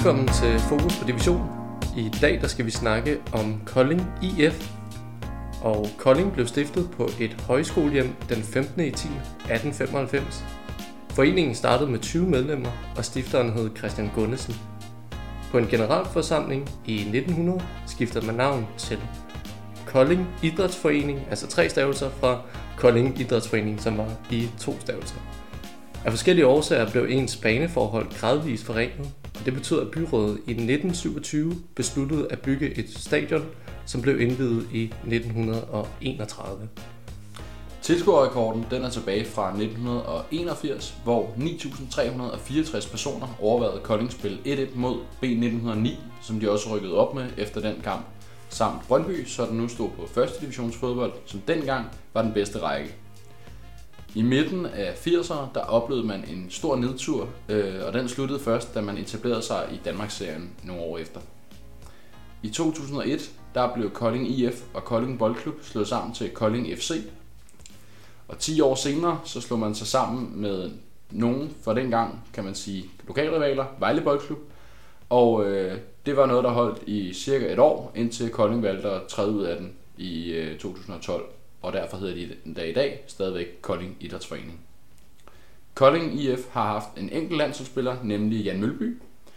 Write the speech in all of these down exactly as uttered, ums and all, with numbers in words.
Velkommen til Fokus på Division. I dag der skal vi snakke om Kolding I F. Og Kolding blev stiftet på et højskolehjem den femtende oktober atten femoghalvfems. Foreningen startede med tyve medlemmer, og stifteren hed Christian Gunnesen. På en generalforsamling i nitten hundrede skiftede man navn til Kolding Idrætsforening, altså tre stavelser, fra Kolding Idrætsforening, som var i to stavelser. Af forskellige årsager blev ens baneforhold gradvist forringet, og det betød, at byrådet i nitten syvogtyve besluttede at bygge et stadion, som blev indviet i nitten enogtredive. Tilskuerrekorden den er tilbage fra nitten enogfirs, hvor ni tusind tre hundrede og fireogtres personer overværede Kolding spil et et mod B nitten hundrede og ni, som de også rykkede op med efter den kamp, samt Brøndby, så den nu stod på første divisions fodbold, som dengang var den bedste række. I midten af firserne, der oplevede man en stor nedtur, øh, og den sluttede først, da man etablerede sig i Danmarksserien nogle år efter. I to tusind og et, der blev Kolding I F og Kolding Boldklub slået sammen til Kolding F C. Og ti år senere, så slog man sig sammen med nogen for dengang, kan man sige, lokalrivaler, Vejle Boldklub. Og øh, det var noget, der holdt i cirka et år, indtil Kolding valgte at træde ud af den i øh, to tusind og tolv. Og derfor hedder de den dag i dag stadigvæk Kolding Idrætsforening. Kolding I F har haft en enkelt landsholdsspiller, nemlig Jan Mølby.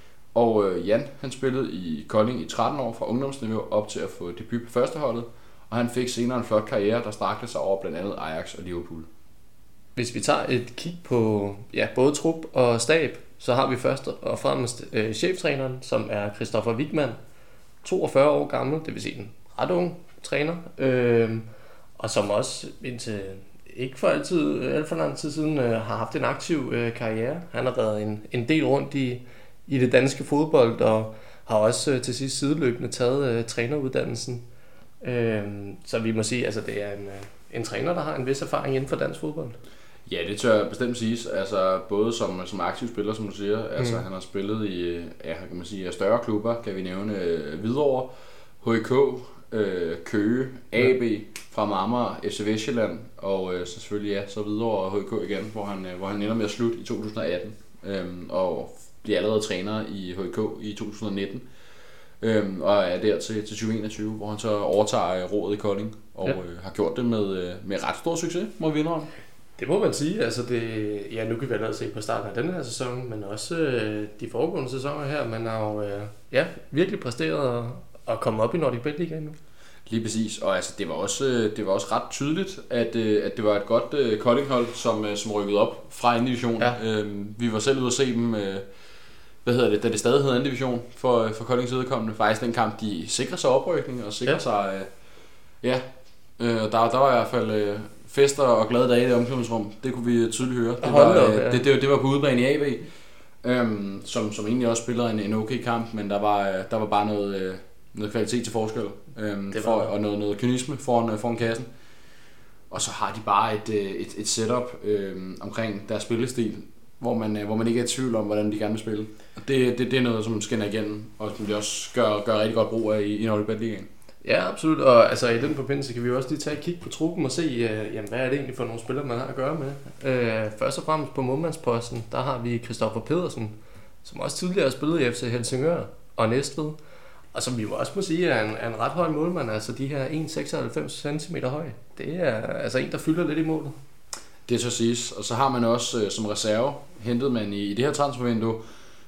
Og øh, Jan han spillede i Kolding i tretten år fra ungdomsniveau op til at få debut på førsteholdet. Og han fik senere en flot karriere, der strakte sig over blandt andet Ajax og Liverpool. Hvis vi tager et kig på ja, både trup og stab, så har vi først og fremmest øh, cheftræneren, som er Christoffer Wickmann, toogfyrre år gammel, det vil sige en ret ung træner. Øh, Og som også indtil ikke for altid, alt for lang tid siden, øh, har haft en aktiv øh, karriere. Han har været en, en del rundt i, i det danske fodbold, og har også øh, til sidst sideløbende taget øh, træneruddannelsen. Øh, så vi må sige, at altså, det er en, øh, en træner, der har en vis erfaring inden for dansk fodbold. Ja, det tør jeg bestemt siges. Altså, både som, som aktiv spiller, som du siger. Altså, mm. Han har spillet i ja, kan man sige, større klubber, kan vi nævne øh, Hvidovre, H I K, øh, Køge, A B, fra Amager, F C Vestsjælland og øh, så selvfølgelig ja, så videre og H I K igen, hvor han, øh, hvor han ender med at slutte i to tusind og atten øhm, og bliver allerede træner i H I K i to tusind og nitten øhm, og er der til, til tyve enogtyve, hvor han så overtager rådet i Kolding og ja. øh, har gjort det med, øh, med ret stor succes, må vi indrømme. Det må man sige. Altså det, ja, nu kan vi allerede se på starten af denne her sæson, men også øh, de foregående sæsoner her. Man har jo øh, ja, virkelig præsteret at, at komme op i Nordic Bet Ligaen nu. Lige præcis, og altså det var også det var også ret tydeligt, at at det var et godt Kolding-hold, som som rykkede op fra anden division. Ja. Øhm, vi var selv ude at se dem, hvad hedder det, da det stadig hed anden division for for Koldings vedkommende. Faktisk den kamp, de sikrer sig oprykning og sikrer ja. sig, ja, øh, der der var i hvert fald fester og glade dage i det omklædningsrum. Det kunne vi tydeligt høre. Det var op, ja. det, det det var på udebane i A B, øhm, som som egentlig også spillede en en okay kamp, men der var der var bare noget noget kvalitet til forskel, øhm, for, og noget, noget kynisme foran, foran kassen. Og så har de bare et, et, et setup øhm, omkring deres spillestil, hvor man, hvor man ikke er i tvivl om, hvordan de gerne vil spille. Og det, det, det er noget, som skinner igennem, og som de også gør, gør rigtig godt brug af i, i Nordic Bet Ligaen. Ja, absolut. Og altså, i den forbindelse kan vi jo også lige tage et kig på truppen og se, øh, jamen, hvad er det egentlig for nogle spillere, man har at gøre med. Øh, først og fremmest på målmandsposten, der har vi Christoffer Pedersen, som også tidligere har spillet i F C Helsingør og Næstved. Og som vi jo også må sige er en, er en ret høj målmand, altså de her en komma seksoghalvfems centimeter høj. Det er altså en, der fylder lidt i målet. Det så siges. Og så har man også øh, som reserve, hentet man i, i det her transfervindue,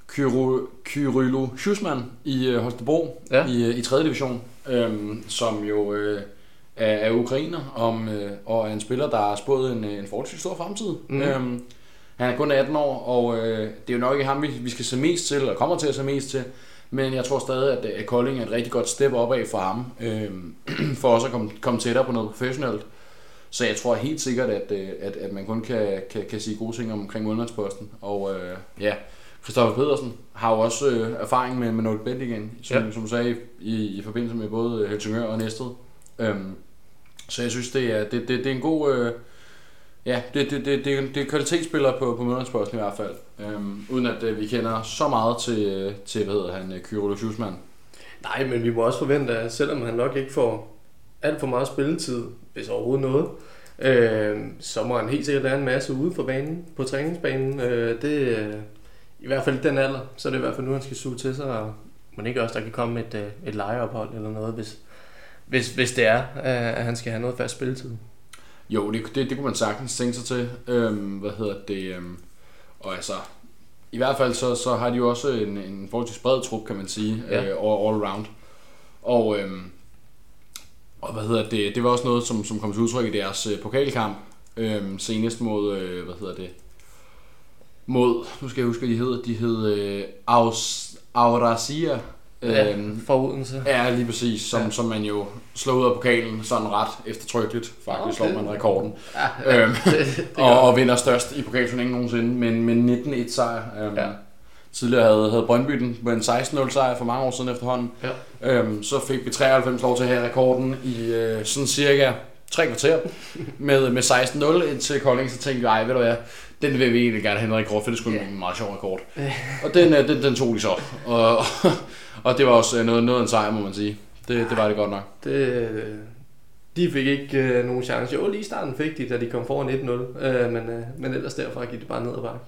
Kyrylo Schussmann i øh, Holstebro ja. i, i tredje division, øhm, som jo øh, er, er ukrainer om, øh, og er en spiller, der har spået en, en forholdsvis stor fremtid. Mm. Øhm, han er kun atten år, og øh, det er jo nok ikke ham, vi, vi skal se mest til, og kommer til at se mest til. Men jeg tror stadig, at Kolding er et rigtig godt step opad for ham, øh, for også at komme, komme tættere på noget professionelt. Så jeg tror helt sikkert, at, at, at man kun kan, kan, kan sige gode ting omkring målmandsposten. Og øh, ja, Christoffer Pedersen har jo også øh, erfaring med, med Nordic Bet Ligaen, som, ja. som du sagde, i, i forbindelse med både Helsingør og Næstved. Øh, så jeg synes, det er, det, det, det er en god... Øh, Ja, det, det, det, det, det er kvalitetsspillere på, på målmandsposten i hvert fald. Øhm, uden at øh, vi kender så meget til, til hvad hedder han, Kyrylo Schussmann. Nej, men vi må også forvente, at selvom han nok ikke får alt for meget spilletid, hvis overhovedet noget, øh, så må han helt sikkert lære en masse ude for banen, på træningsbanen. Øh, det, i hvert fald i den alder, så er det i hvert fald nu, han skal suge til sig, og man ikke også, der kan komme et, et lejeophold eller noget, hvis, hvis, hvis det er, at han skal have noget fast spilletid. Jo, det, det, det kunne man sagtens tænke sig til. Øhm, hvad hedder det? Øhm, og altså, i hvert fald så, så har de jo også en, en forholdsvis bred trup, kan man sige, ja. øh, all, all around. Og, øhm, og hvad hedder det? Det var også noget, som, som kom til udtryk i deres øh, pokalkamp, øhm, senest mod, øh, hvad hedder det? Mod, nu skal jeg huske, hvad de hedder. De hed øh, Aus, Aurasia. Ja, øhm, for Odense. Ja, lige præcis, som, ja. som man jo slår ud af pokalen sådan ret eftertrykkeligt. Faktisk okay. slår man rekorden. Ja, ja. Øhm, det, det og, og vinder størst i pokalturneringen nogensinde, men, men nitten et sejr. Øhm, ja. Tidligere havde, havde Brøndby den med en seksten nul sejr for mange år siden efterhånden. Ja. Øhm, så fik vi treoghalvfems lov til at have rekorden i øh, sådan cirka tre kvarter med, med seksten nul indtil Kolding, så tænkte vi, ej, ved du hvad, den vil vi egentlig gerne have en rekord, for det skulle yeah. en meget sjov rekord. Og den, den, den tog de så. Og, og det var også noget, noget af en sejr, må man sige. Det, det var det godt nok. Det, de fik ikke øh, nogen chance. Jo, lige i starten fik de, da de kom foran et nul. Øh, men, øh, men ellers derfra gik det bare ned ad bakke.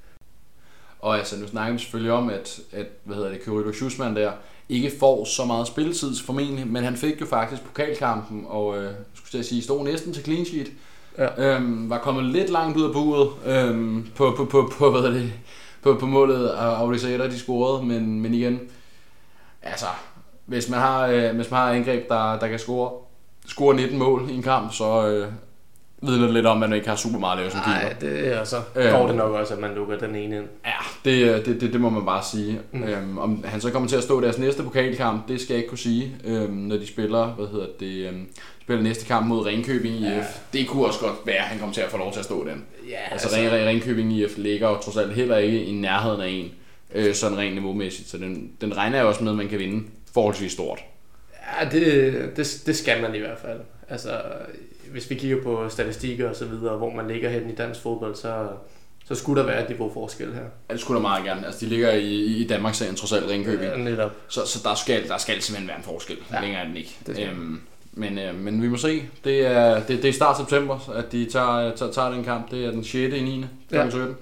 Og altså, nu snakker vi selvfølgelig om, at, at hvad hedder det, Kyrylo Schussmann der ikke får så meget spilletid formentlig, men han fik jo faktisk pokalkampen, og øh, skulle jeg sige, stod næsten til clean sheet. Ja. Øhm, var kommet lidt langt ud af buret øhm, på, på, på, på, hvad det, på, på målet af Aurisader, de scorede, men, men igen, altså, hvis man har, øh, hvis man har angreb, der, der kan score, score nitten mål i en kamp, så øh, vidner det lidt om, at man ikke har super meget at lave som keeper. Nej, det er så går det nok også, at man lukker den ene ind. Ja, det, det, det, det må man bare sige. Mm. Øhm, om han så kommer til at stå deres næste pokalkamp, det skal jeg ikke kunne sige, øhm, når de spiller, hvad hedder det, øhm, spiller næste kamp mod Ringkøbing I F. Ja. Det kunne også godt være, at han kommer til at få lov til at stå den. Ja, altså, altså Ringkøbing I F ligger jo trods alt heller ikke i nærheden af en, øh, sådan rent niveaumæssigt, så den, den regner jeg også med, at man kan vinde forholdsvis stort. Ja, det, det, det skal man i hvert fald. Altså, hvis vi kigger på statistikker og så videre, hvor man ligger hen i dansk fodbold, så, så skulle der være et niveauforskel her. Ja, det skulle der meget gerne. Altså, de ligger i, i Danmarksserien trods alt Ringkøbing. Ja, netop. Så, så der, skal, der skal simpelthen være en forskel. Ja, længere er den ikke. Øhm, men, øh, men vi må se. Det er, det, det er start september, at de tager, tager, tager den kamp. Det er den sjette i niende klokken sytten.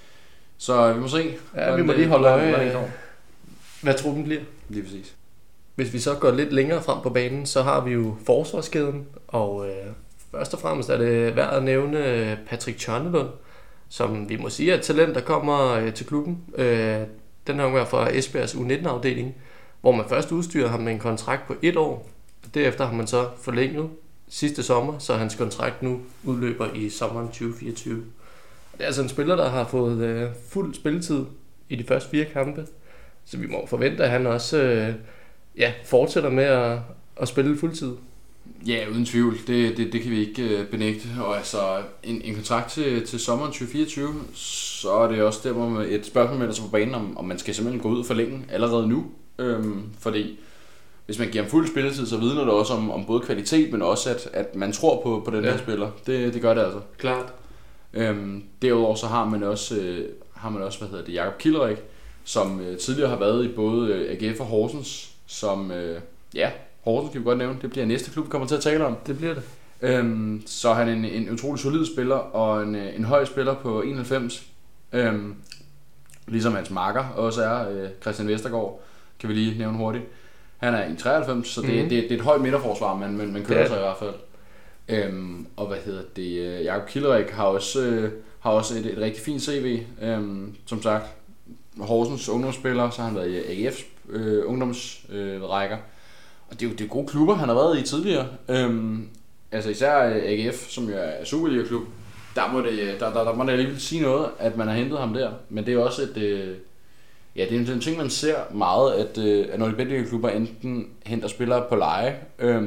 Så vi må se. Ja, vi må lige holde øje, hvad truppen bliver. Lige præcis. Hvis vi så går lidt længere frem på banen, så har vi jo forsvarskæden, og øh, først og fremmest er det værd at nævne Patrick Tjørnelund, som vi må sige er et talent, der kommer øh, til klubben. Øh, den har været fra Esbjergs U nitten afdeling, hvor man først udstyrer ham med en kontrakt på et år. Derefter har man så forlænget sidste sommer, så hans kontrakt nu udløber i sommeren tyve fireogtyve. Det er altså en spiller, der har fået øh, fuld spilletid i de første fire kampe, så vi må forvente, at han også øh, ja, fortsætter med at, at spille fuldtid. Ja, uden tvivl. Det, det, det kan vi ikke øh, benægte. Og altså, en, en kontrakt til, til sommeren tyve fireogtyve, så er det også der, hvor man et spørgsmål melder sig på banen, om, om man skal simpelthen gå ud og forlænge allerede nu. Øhm, fordi hvis man giver ham fuld spilletid, så vidner det også om, om både kvalitet, men også, at, at man tror på, på den ja. her spiller. Det, det gør det altså. Klart. Øhm, derudover så har man også, øh, har man også hvad hedder det, Jakob Kilderik, som øh, tidligere har været i både øh, A G F og Horsens, som, øh, ja, Horsens kan vi godt nævne, det bliver næste klub, vi kommer til at tale om. Det bliver det. Øhm, så er han en, en utrolig solid spiller, og en, en høj spiller på enoghalvfems. Øhm, ligesom hans makker også er, øh, Christian Vestergaard, kan vi lige nævne hurtigt. Han er en treoghalvfems, så det, mm-hmm. det, det er et højt midterforsvar, man, man, man kører ja. sig i hvert fald. Øhm, og hvad hedder det, Jakob Kilderik har også, øh, har også et, et rigtig fint C V. Øhm, som sagt, Horsens ungdomsspiller, så har han været i A G F's øh, ungdomsrækker. Øh, og det er jo det er gode klubber, han har været i tidligere. Øhm, altså især A G F, som jo er Superliga-klub, der må det, der, der, der må det alligevel sige noget, at man har hentet ham der. Men det er også et, øh, ja, det er en ting, man ser meget, at, øh, at når de Superliga-klubber enten henter spillere på leje øh,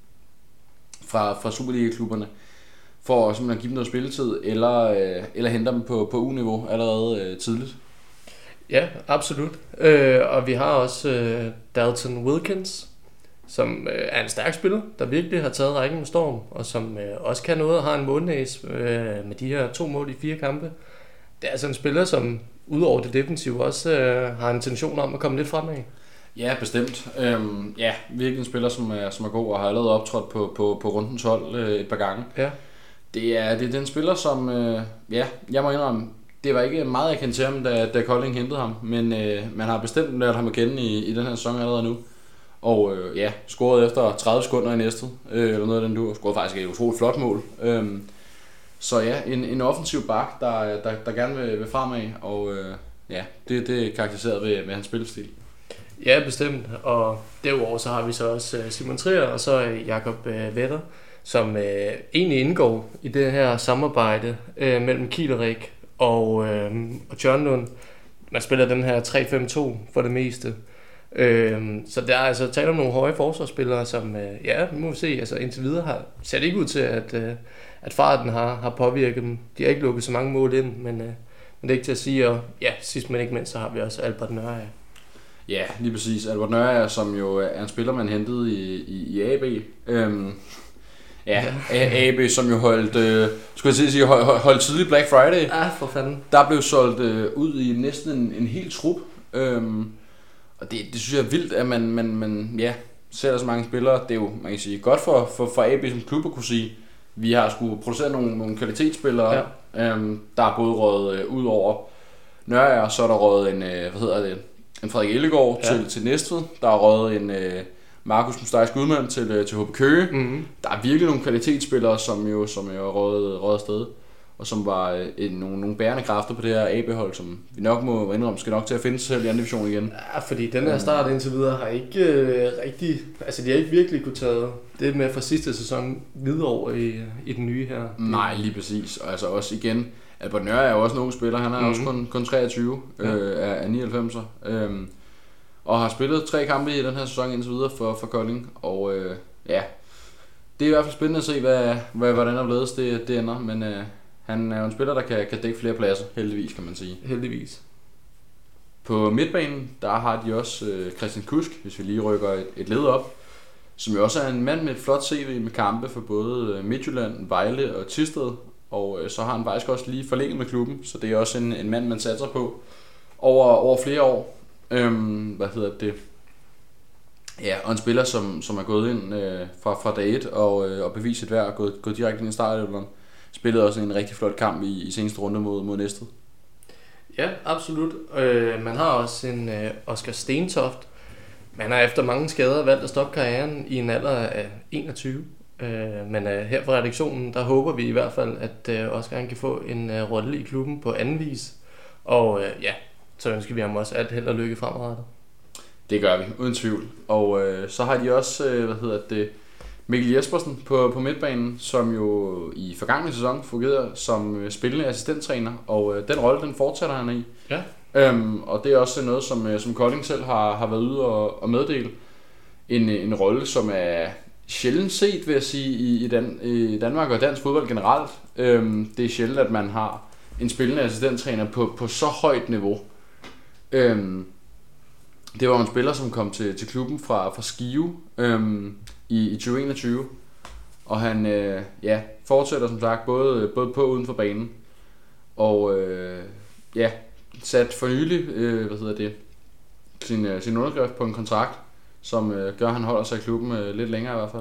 fra, fra Superliga-klubberne, for at simpelthen give dem noget spilletid, eller, øh, eller henter dem på, på U-niveau allerede øh, tidligt. Ja, absolut. Øh, og vi har også øh, Dalton Wilkins, som øh, er en stærk spiller, der virkelig har taget rækken med storm, og som øh, også kan noget og har en målnæs øh, med de her to mål i fire kampe. Det er altså en spiller, som udover det defensive også øh, har intention om at komme lidt fremad. Ja, bestemt. Øhm, ja, virkelig en spiller, som er, som er god og har allerede optrådt på, på, på rundens hold øh, et par gange. Ja. Det er, det er den spiller, som, øh, ja, jeg må indrømme, det var ikke meget, jeg kendte til ham, da, da Kolding hentede ham, men øh, man har bestemt lært ham at kende i, i den her sæson allerede nu. Og øh, ja, scorede efter tredive sekunder i næstet, øh, eller noget af den du scorede faktisk et utroligt flot mål. Øhm, så ja, en, en offensiv bak, der, der, der gerne vil, vil fremad, og øh, ja, det, det er karakteriseret ved, ved hans spillestil. Ja, bestemt, og derudover så har vi så også Simon Trier og så Jakob Vetter, som øh, egentlig indgår i det her samarbejde øh, mellem Kielerik og, øh, og Tjørnlund. Man spiller den her tre fem to for det meste. Øh, så der er altså tale om nogle høje forsvarsspillere, som øh, ja, nu må vi se, altså indtil videre har ser det ikke ud til, at, øh, at farten har, har påvirket dem. De har ikke lukket så mange mål ind, men, øh, men det er ikke til at sige, og ja, sidst men ikke mindst, så har vi også Albert Nørre. Ja, lige præcis. Albert Nørre, som jo er en spiller, man hentede i, i, i A B. Øhm, ja, A B, som jo holdt, øh, skulle jeg sige, hold, holdt tidlig Black Friday. Ja, for fanden. Der blev solgt øh, ud i næsten en, en hel trup. Øhm, og det, det synes jeg er vildt, at man, man, man ja, sælger så mange spillere. Det er jo, man kan sige, godt for, for, for A B som klub at kunne sige, vi har skulle producere nogle, nogle kvalitetsspillere, ja. øhm, der er både røget øh, ud over Nørre, og så er der røget en, øh, hvad hedder det, en Frederik Ellegaard ja. til, til Næstved. Der er røget en øh, Markus Mustejs Gudmand til, øh, til H B Køge. Mm-hmm. Der er virkelig nogle kvalitetsspillere, som jo, som jo er røget, røget afsted. Og som var øh, en, nogle, nogle bærende kræfter på det her A B-hold, som vi nok må indrømme, skal nok til at finde sig selv i anden division igen. Ja, fordi den her start indtil videre har ikke øh, rigtig... Altså, de har ikke virkelig kunne tage det med fra sidste sæson videre over i, i den nye her. Nej, lige præcis. Og altså også igen... Albert Nørre er jo også en ung spiller, han er mm-hmm. også kun, kun treogtyve ja. øh, af, af nioghalvfemser, øhm, og har spillet tre kampe i den her sæson indtil videre for, for Kolding, og øh, ja, det er i hvert fald spændende at se, hvad, hvad, hvordan der blevet det, det ender, men øh, han er jo en spiller, der kan, kan dække flere pladser, heldigvis kan man sige. Heldigvis. På midtbanen, der har de også øh, Christian Kusk, hvis vi lige rykker et, et led op, som jo også er en mand med et flot C V med kampe for både Midtjylland, Vejle og Thisted. Og øh, så har han faktisk også lige forlænget med klubben, så det er også en, en mand, man satser på over, over flere år. Øhm, hvad hedder det? Ja, og en spiller, som, som er gået ind øh, fra, fra dag et og, øh, og bevist sit værd og gået, gået direkte ind i startelveren. Spillede også en rigtig flot kamp i, i seneste runde mod, mod Næstved. Ja, absolut. Øh, man har også en øh, Oscar Stentoft. Man har efter mange skader valgt at stoppe karrieren i en alder af enogtyve. Øh, men øh, her fra redaktionen, der håber vi i hvert fald, at øh, Oscar han kan få en øh, rolle i klubben på anden vis. Og øh, ja, så ønsker vi ham også alt held og lykke fremadrettet. Det gør vi, uden tvivl. Og øh, så har de også, øh, hvad hedder det, Mikkel Jespersen på, på midtbanen, som jo i forgangne sæson fungerede som øh, spillende assistenttræner, og øh, den rolle, den fortsætter han i. Ja. Øhm, og det er også noget, som, øh, som Kolding selv har, har været ude og, og meddele. En, en rolle, som er sjældent set, vil jeg sige, i, i, Dan, i Danmark og dansk fodbold generelt. Øhm, det er sjældent, at man har en spillende assistenttræner på, på så højt niveau. Øhm, det var en spiller, som kom til, til klubben fra, fra Skive øhm, i, i tyve enogtyve, og han øh, ja, fortsætter som sagt både, både på og uden for banen. Og øh, ja, sat for nylig øh, hvad hedder det, sin, øh, sin underskrift på en kontrakt, som øh, gør, at han holder sig i klubben øh, lidt længere i hvert fald.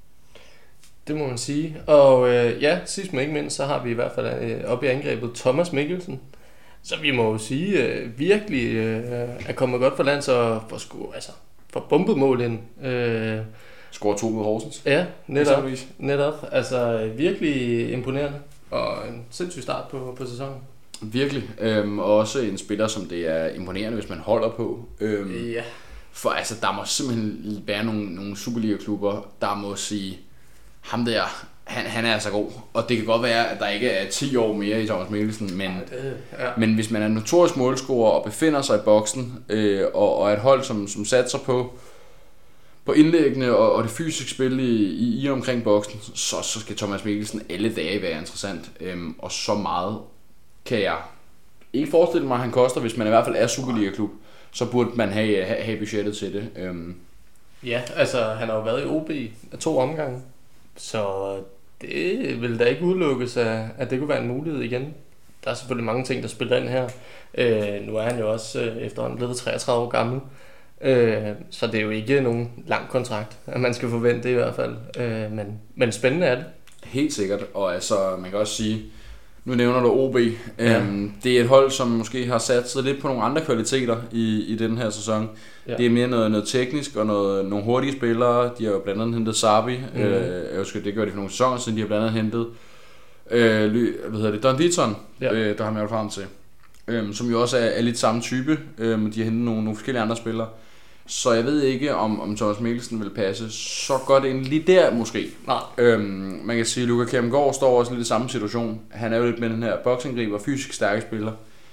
Det må man sige. Og øh, ja, sidst men ikke mindst, så har vi i hvert fald øh, oppe i angrebet Thomas Mikkelsen. Så vi må jo sige, øh, virkelig øh, er kommet godt for land, så for, sku, altså, for bumpet mål ind. Øh, Scorer to mod Horsens. Ja, netop. netop. Altså virkelig imponerende. Og en sindssyg start på, på sæsonen. Virkelig. Øhm, og også en spiller, som det er imponerende, hvis man holder på. Øhm, ja. For altså, der må simpelthen være nogle, nogle Superliga-klubber, der må sige, ham der, han, han er altså god. Og det kan godt være, at der ikke er ti år mere i Thomas Mikkelsen, men, ja, det, ja. men hvis man er notorisk målscorer og befinder sig i boksen, øh, og, og et hold, som, som satser på, på indlæggene og, og det fysiske spil i, i, i omkring boksen, så, så skal Thomas Mikkelsen alle dage være interessant. Øhm, og så meget kan jeg ikke forestille mig, at han koster, hvis man i hvert fald er Superliga-klub. Så burde man have, have, have budgettet til det. Øhm. Ja, altså han har jo været i O B af to omgange, så det vil da ikke udelukkes, at, at det kunne være en mulighed igen. Der er selvfølgelig mange ting, der spiller ind her. Øh, nu er han jo også øh, efterhånden blevet treogtredive år gammel, øh, så det er jo ikke nogen lang kontrakt, at man skal forvente det i hvert fald. Øh, men, men spændende er det. Helt sikkert, og altså man kan også sige, Nu nævner du O B. Ja. Øhm, det er et hold, som måske har sat sig lidt på nogle andre kvaliteter i, i den her sæson. Ja. Det er mere noget, noget teknisk og noget, nogle hurtige spillere. De har jo blandt andet hentet Sarbi. Mm. Øh, jeg husker, det gjorde de for nogle sæsoner siden. De har blandt andet hentet øh, hvad hedder det, Don Ditton, ja. øh, der har man jo frem til. Øh, som jo også er, er lidt samme type. Øh, de har hentet nogle, nogle forskellige andre spillere. Så jeg ved ikke, om, om Thomas Mikkelsen vil passe så godt ind lige der måske. Nej. Øhm, man kan sige, at Luka Kjermgaard står også lidt i samme situation. Han er jo lidt med den her boksangriber, fysisk stærke spiller.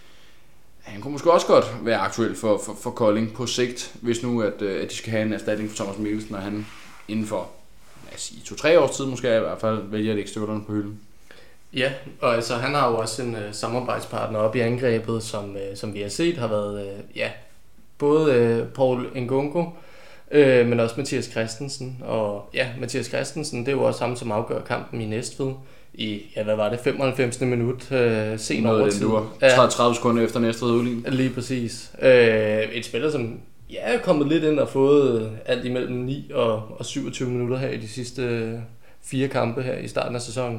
Han kunne måske også godt være aktuel for, for, for Kolding på sigt, hvis nu at, at de skal have en erstatning for Thomas Mikkelsen, og han inden for to-tre års tid måske i hvert fald vælger at lægge støvlerne på hylden. Ja, og altså han har jo også en uh, samarbejdspartner op i angrebet, som, uh, som vi har set har været, uh, ja, både uh, Paul Ngongo, uh, men også Mathias Christensen. Og ja, Mathias Christensen, det er jo også ham, som afgør kampen i Næstved i, ja, hvad var det, femoghalvfemsende minut, uh, sen overtid. Ja, tredive sekunder efter Næstved udligning. Lige præcis. Uh, et spiller, som ja, er kommet lidt ind og fået alt imellem ni og, og syvogtyve minutter her i de sidste uh, fire kampe her i starten af sæsonen.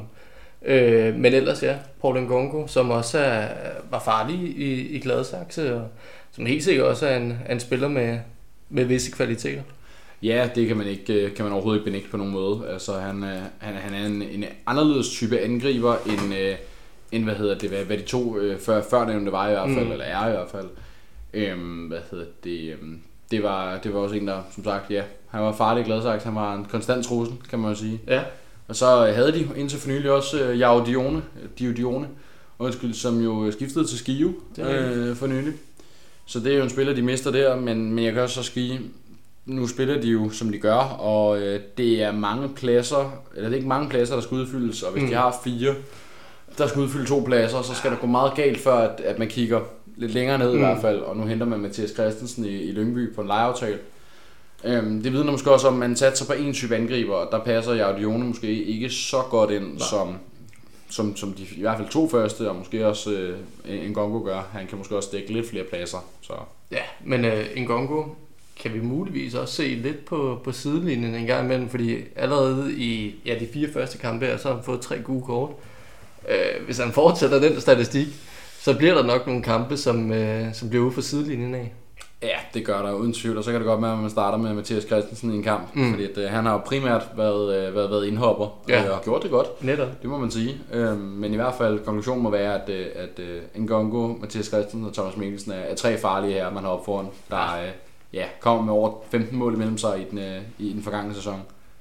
Øh, men ellers ja, Paul Ngongo, som også er, var farlig i, i Gladsaxe, og som helt sikkert også er en, er en spiller med, med visse kvaliteter. Ja, det kan man ikke, kan man overhovedet ikke benægte på nogen måde. Altså han, han, han er en, en anderledes type angriber end, end hvad hedder det, hvad, hvad de to før, førnævnte var i hvert fald, mm. eller er i hvert fald. Øhm, hvad hedder det? Øhm, det var det var også en der, som sagt, ja, han var farlig i Gladsaxe, han var en konstant trussel, kan man jo sige. Ja. Og så havde de indtil for nylig også uh, Jao Dione, Dio Dione, undskyld, som jo skiftede til Skive øh, for nylig. Så det er jo en spiller, de mister der, men, men jeg kan også så sige, nu spiller de jo, som de gør, og øh, det er mange pladser, eller det er ikke mange pladser, der skal udfyldes, og hvis mm. de har fire, der skal udfylde to pladser, så skal der gå meget galt, før at, at man kigger lidt længere ned mm. i hvert fald, og nu henter man Mathias Christensen i, i Lyngby på en lejeaftale. Øhm, det vidner måske også om, at man satser på en type angriber, og der passer Jao Dione måske ikke så godt ind, som, som, som de i hvert fald to første, og måske også øh, Ngongo gør. Han kan måske også dække lidt flere pladser. Så. Ja, men øh, Ngongo kan vi muligvis også se lidt på, på sidelinjen en gang imellem, fordi allerede i ja, de fire første kampe her, så har han fået tre gode kort. Øh, hvis han fortsætter den statistik, så bliver der nok nogle kampe, som, øh, som bliver ude for sidelinjen af. Ja, det gør der uden tvivl, og så kan det godt være, at man starter med Mathias Christensen i en kamp, mm. fordi at, øh, han har jo primært været, øh, været, været indhopper, ja. og gjort det godt, netop. Det må man sige. Øhm, men i hvert fald, konklusionen må være, at, øh, at øh, Ngongo, Mathias Christensen og Thomas Mikkelsen er, er tre farlige her, man har op foran, der øh, ja, kommer med over femten mål imellem sig i den, øh, i den forgangne sæson.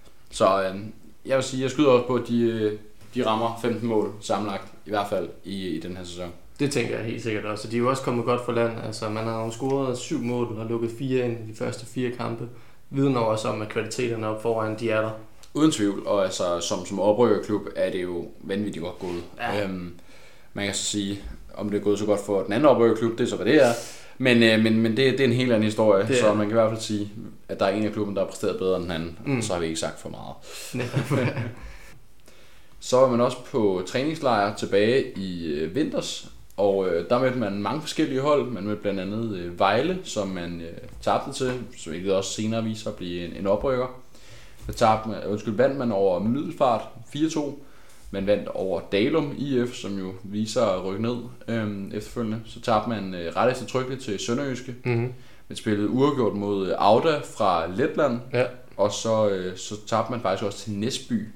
Så øh, jeg vil sige, jeg skyder også på, at de, øh, de rammer femten mål sammenlagt, i hvert fald i, i den her sæson. Det tænker jeg helt sikkert også. De er jo også kommet godt for land. Altså, man har jo scoret syv mål og lukket fire ind i de første fire kampe. Vidner også om, at kvaliteterne op foran, de er der. Uden tvivl, og altså, som, som oprykkerklub er det jo vanvittigt godt gået. Ja. Øhm, man kan så sige, om det er gået så godt for den anden oprykkerklub, det er så hvad det er. Men, øh, men, men det, det er en helt anden historie, det så man kan i hvert fald sige, at der er en af klubben, der har præsteret bedre end den anden. Mm. Så har vi ikke sagt for meget. Så var man også på træningslejr tilbage i øh, vinters. Og øh, der mødte man mange forskellige hold. Man mødte blandt andet øh, Vejle, som man øh, tabte til, så hvilket også senere viser at blive en, en oprykker. Der tabte man, undskyld, vandt man over Middelfart fire to. Man vandt over Dalum I F, som jo viser at rykke ned øh, efterfølgende. Så tabte man øh, ret eftertrykkeligt til Sønderjyske. Mm-hmm. Man spillede uafgjort mod Auda fra Letland. Ja. Og så, øh, så tabte man faktisk også til Næsby.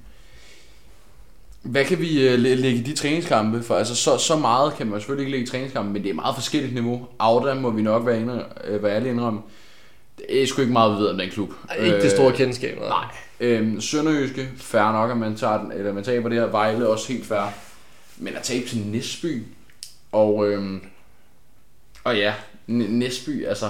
Hvad kan vi uh, lægge i de træningskampe? For altså, så, så meget kan man selvfølgelig ikke lægge i træningskampe, men det er meget forskelligt niveau. Auda må vi nok være, inde, uh, være ærlige indrømme. Det er sgu ikke meget, vi ved om den klub. Ej, ikke det store kendskab. Nej. Øhm, Sønderjyske, fair nok, at man tager den, eller man taber det her. Vejle også helt fair. Men at tabe til Næsby. Og, øhm, og ja, Næsby, altså...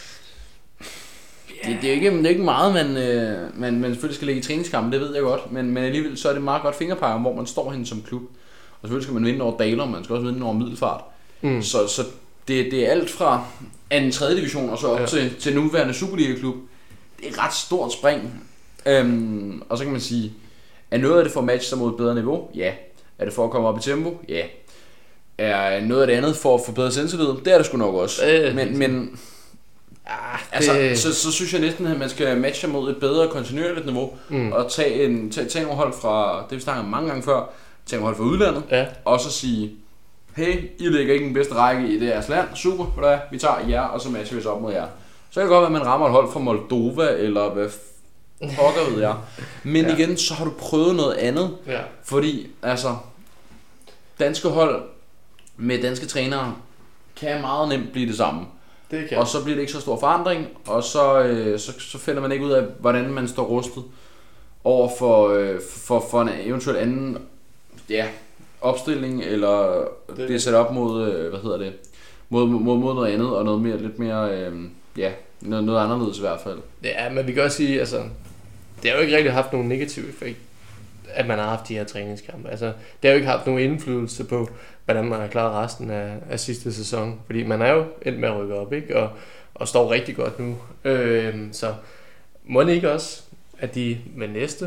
Det, det, er ikke, det er ikke meget, man, øh, man, man selvfølgelig skal lægge i træningskampen, det ved jeg godt. Men, men alligevel så er det meget godt fingerpege om, hvor man står henne som klub. Og selvfølgelig skal man vinde over Dalum, man skal også vinde over Middelfart. Mm. Så, så det, det er alt fra anden tredje division og så op ja. til, til nuværende Superliga-klub. Det er et ret stort spring. Øhm, og så kan man sige, er noget af det for at matche sig mod et bedre niveau? Ja. Er det for at komme op i tempo? Ja. Er noget af det andet for at få bedre selvtillid? Det er det sgu nok også. Øh, men... men Ah, det... altså, så, så synes jeg næsten, at man skal matche mod et bedre kontinuerligt niveau mm. og tage, en, tage, tage nogle hold fra, det vi snakker mange gange før, tage nogle hold fra udlandet, ja. Og så sige, hey, I ligger ikke den bedste række i deres land, super, hvad vi tager jer, og så matcher vi os op mod jer. Så kan det godt være, at man rammer et hold fra Moldova, eller hvad pokker ved jeg. Men ja. igen, så har du prøvet noget andet, ja. fordi altså, danske hold med danske trænere kan meget nemt blive det samme. Det kan. Og så bliver det ikke så stor forandring, og så, øh, så, så finder man ikke ud af, hvordan man står rustet over for, øh, for, for en eventuel anden ja, opstilling, eller det bliver sat op mod, øh, hvad hedder det, mod, mod, mod noget andet, og noget mere, lidt mere, øh, ja, noget, noget anderledes i hvert fald. Ja, men vi kan også sige, altså, det har jo ikke rigtig haft nogen negativ effekt, at man har haft de her træningskampe. Altså, det har jo ikke haft nogen indflydelse på, hvordan man har klaret resten af, af sidste sæson. Fordi man er jo endt med at rykke op, ikke? Og, og står rigtig godt nu. Øh, så må det ikke også, at de med næste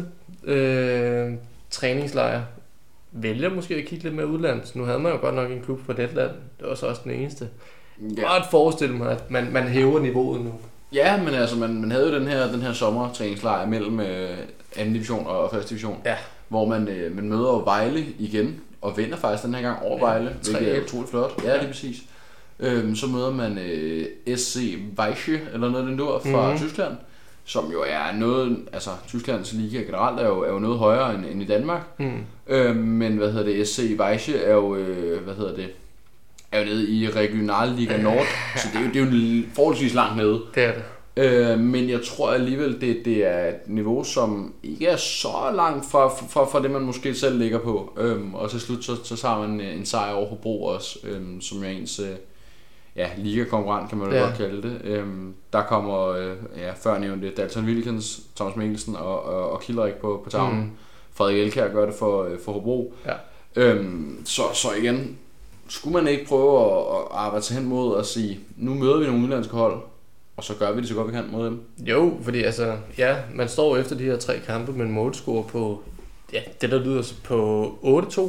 øh, træningslejr vælger måske at kigge lidt mere udlandet. Nu havde man jo godt nok en klub på Letland. Det var så også den eneste. Jeg kan godt forestille mig, at man, man hæver niveauet nu. Ja, men altså, man, man havde jo den her, den her sommertræningslejr mellem øh, anden division og første division, ja. hvor man, øh, man møder Vejle igen, og vinder faktisk den her gang over Vejle, ja, hvilket er utroligt flot. Ja, det er præcis. Øhm, så møder man øh, S C Weiche, eller noget den der, fra mm-hmm. Tyskland, som jo er noget, altså Tysklands liga generelt er jo, er jo noget højere end, end i Danmark. Mm. Øhm, men hvad hedder det, S C Weiche er jo, øh, hvad hedder det, er jo nede i Regionalliga Nord, så det er jo, det er jo forholdsvis langt nede. Det er det. Øh, men jeg tror alligevel, det, det er et niveau, som ikke er så langt fra, fra, fra det, man måske selv ligger på. Øhm, og til slut, så, så tager man en sejr over Hobro også, øhm, som er ens øh, ja, liga-konkurrent, kan man jo ja. godt kalde det. Øhm, der kommer, øh, ja, før nævnte Dalton Wilkins, Thomas Mikkelsen og, og, og Kilderik på, på tavlen. Mm. Frederik Elkjær gør det for, øh, for Hobro. Ja. Øhm, så, så igen, skulle man ikke prøve at, at arbejde sig hen mod at sige, nu møder vi nogle udenlandske hold, og så gør vi det så godt vi kan mod dem. Jo, fordi altså, ja, man står efter de her tre kampe med en målscore på, ja, det der lyder på otte to.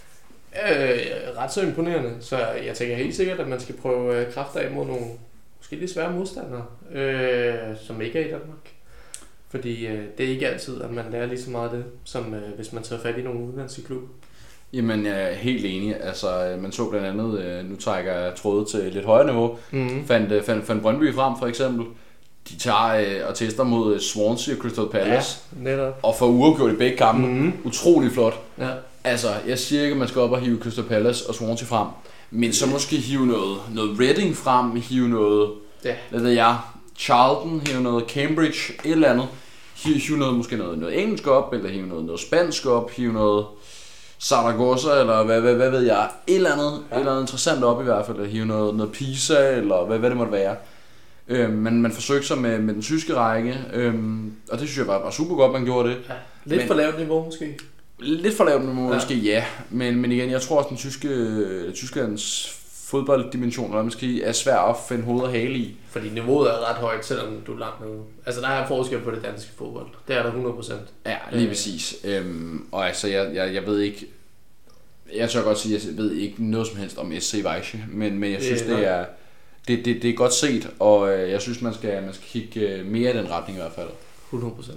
Øh, ret så imponerende, så jeg tænker helt sikkert, at man skal prøve kræfter af mod nogle måske lidt svære modstandere, øh, som ikke er i Danmark. Fordi øh, det er ikke altid, at man lærer lige så meget af det, som øh, hvis man tager fat i nogle udenlandske klubber. Jamen, jeg er helt enig. Altså, man så blandt andet, nu trækker jeg trådet til lidt højere niveau, mm-hmm. fandt, fandt, fandt Brøndby frem for eksempel. De tager og tester mod Swansea og Crystal Palace, ja, og får uafgjort i begge kampe. Mm-hmm. Utrolig flot. Ja. Altså, jeg siger ikke, at man skal op og hive Crystal Palace og Swansea frem, men så måske hive noget, noget Reading frem, hive noget, ja. hvad ved jeg, Charlton, hive noget Cambridge, et eller andet. Hive, hive noget, måske noget, noget engelsk op, eller hive noget, noget spansk op, hive noget Zaragoza, eller hvad, hvad, hvad ved jeg, et eller andet, ja. et eller andet interessant op i hvert fald, at hive noget, noget Pisa, eller hvad, hvad det måtte være. Øhm, men man forsøgte sig med, med den tyske række, øhm, og det synes jeg var, var super godt, man gjorde det. Ja. Lidt men, for lavt niveau måske? Lidt for lavt niveau ja. måske, ja. Men, men igen, jeg tror også, den tyske, Tysklands fodbolddimension er måske er svær at finde hoved og hale i. Fordi niveauet er ret højt, selvom du er langt nede. Altså der er forskel på det danske fodbold. Det er der hundrede procent. Ja, lige præcis. Øhm, og altså, jeg, jeg, jeg ved ikke, jeg tør godt sige, at jeg ved ikke noget som helst om S C Weiche, men, men jeg synes, øh, det er det, det, det er godt set, og jeg synes, man skal, man skal kigge mere i den retning i hvert fald. hundrede procent.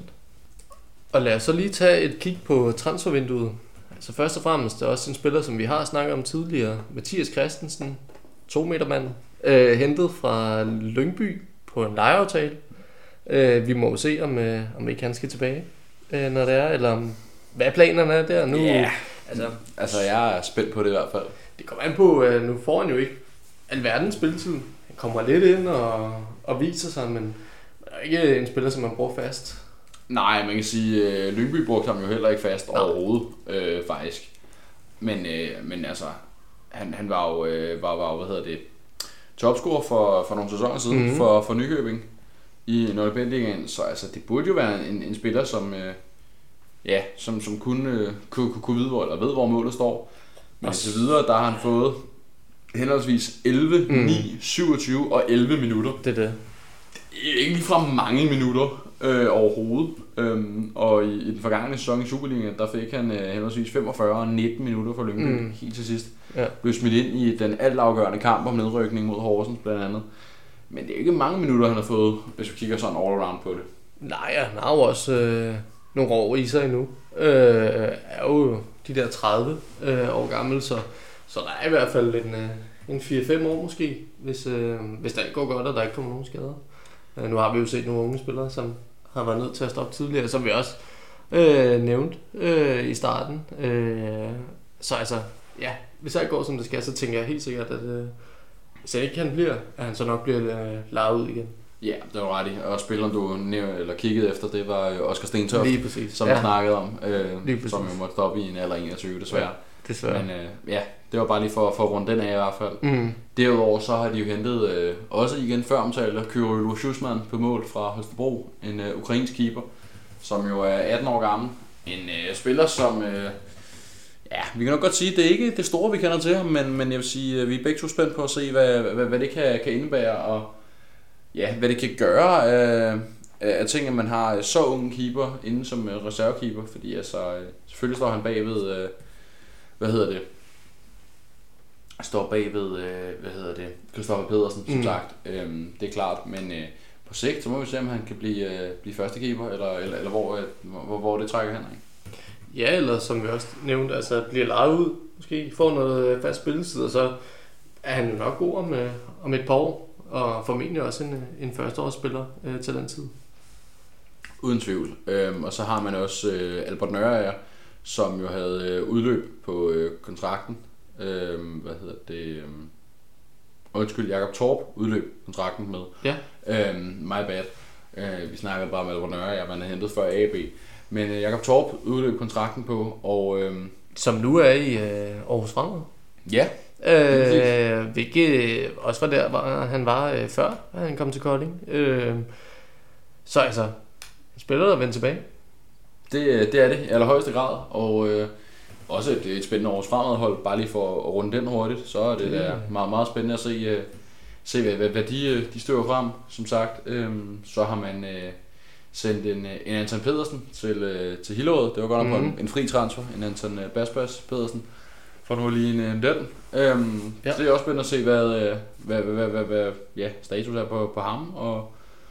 Og lad os så lige tage et kig på transfervinduet. Altså først og fremmest er også en spiller, som vi har snakket om tidligere, Mathias Christensen, to meter mand, øh, hentet fra Lyngby på en lejeaftale. Øh, vi må jo se, om, øh, om ikke han skal tilbage, øh, når det er, eller om, hvad planerne er der nu. Yeah. Altså, altså, jeg er spændt på det i hvert fald. Det kommer an på, øh, nu får han jo ikke alverdens spilletid. Han kommer lidt ind og, og viser sig, men er ikke en spiller, som man bruger fast. Nej, man kan sige, at øh, Lyngby brugte ham jo heller ikke fast Nej. overhovedet, øh, faktisk. Men, øh, men altså, han, han var jo, øh, var, var, hvad hedder det, topscorer for, for nogle sæsoner siden mm-hmm. for, for Nykøbing i Nordbændigen. Så altså, det burde jo være en, en spiller, som, øh, ja, som, som kunne, øh, kunne, kunne vide, hvor, eller ved, hvor målet står. Men indtil videre, der har han fået henholdsvis elleve, mm. ni, syvogtyve og elleve minutter. Det er det. Det er ikke ligefrem mange minutter øh, overhovedet. Øhm, og i, i den forgangne sæson i Superligaen, der fik han øh, henholdsvis femogfyrre og nitten minutter for Lyngby mm. helt til sidst. Ja. Blev smidt ind i den altafgørende kamp om nedrykning mod Horsens blandt andet. Men det er ikke mange minutter, han har fået, hvis vi kigger sådan all around på det. Nej, han har jo også øh, nogle år i sig endnu. Øh, er jo de der tredive øh, år gammel, så, Så der er i hvert fald en, en fire fem år måske, hvis, øh, hvis det går godt, og der ikke kommer nogen skader. Øh, nu har vi jo set nogle unge spillere, som har været nødt til at stoppe tidligere, som vi også øh, nævnte øh, i starten. Øh, så altså, ja, hvis alt går som det skal, så tænker jeg helt sikkert, at øh, hvis ikke han bliver, at han så nok bliver øh, lavet ud igen. Ja, det var ret i. Og spilleren, du nævnte, eller kiggede efter, det var Oscar Stentoft, lige præcis, som ja. vi snakkede om, øh, som jo måtte stoppe i en alder enogtyve, desværre. Ja, desværre. Men øh, ja, det var bare lige for, for at runde den af i hvert fald. Mm. Derudover så har de jo hentet øh, også igen før omtalte Kyrylo Shusman på mål fra Holstebro, en øh, ukrainsk keeper, som jo er atten år gammel. En øh, spiller, som... Øh, ja, vi kan nok godt sige, at det er ikke det store, vi kender til ham, men, men jeg vil sige, at vi er begge to spændt på at se, hvad, hvad, hvad det kan, kan indebære, og ja, hvad det kan gøre af, af ting, at man har så unge keeper inde som reservekeeper, fordi altså, selvfølgelig står han bagved, hvad hedder det, står bagved, hvad hedder det, Christoffer Pedersen, som mm. sagt, det er klart, men på sigt, så må vi se, om han kan blive, blive første keeper, eller, eller, eller hvor, hvor, hvor det trækker hen, ikke? Ja, eller som vi også nævnte, altså bliver lejet ud, måske får noget fast spilletid, og så er han jo nok god om, om et par år, og formentlig også en, en førsteårsspiller øh, til den tid. Uden tvivl. Øhm, og så har man også øh, Albert Nørager, som jo havde øh, udløb på øh, kontrakten. Øhm, hvad hedder det? Øhm, undskyld, Jakob Torp udløb kontrakten med. Ja. Øhm, my bad. Øh, vi snakkede bare om Albert Nørager, man har hentet før A B. Men øh, Jakob Torp udløb kontrakten på, og... Øh, som nu er i øh, Aarhus Fremad. Ja. Øh, hvilket også var der, var, han var øh, før, han kom til Kolding. Øh, så altså, spiller der vendt tilbage. Det, det er det i allerhøjeste grad, og øh, også et, et spændende Aarhus Fremad-hold, bare lige for at runde den hurtigt, så er det, det der meget, meget spændende at se, øh, se hvad, hvad, hvad de, de støver frem, som sagt. Øh, så har man øh, sendt en, en Anton Pedersen til, øh, til Hillerød, det var godt nok mm-hmm. en, en fri transfer, en Anton øh, Basbas Pedersen. For nu lige en den. Øhm, ja. Så det er også spændende at se, hvad, hvad, hvad, hvad, hvad ja, status er på, på ham, og,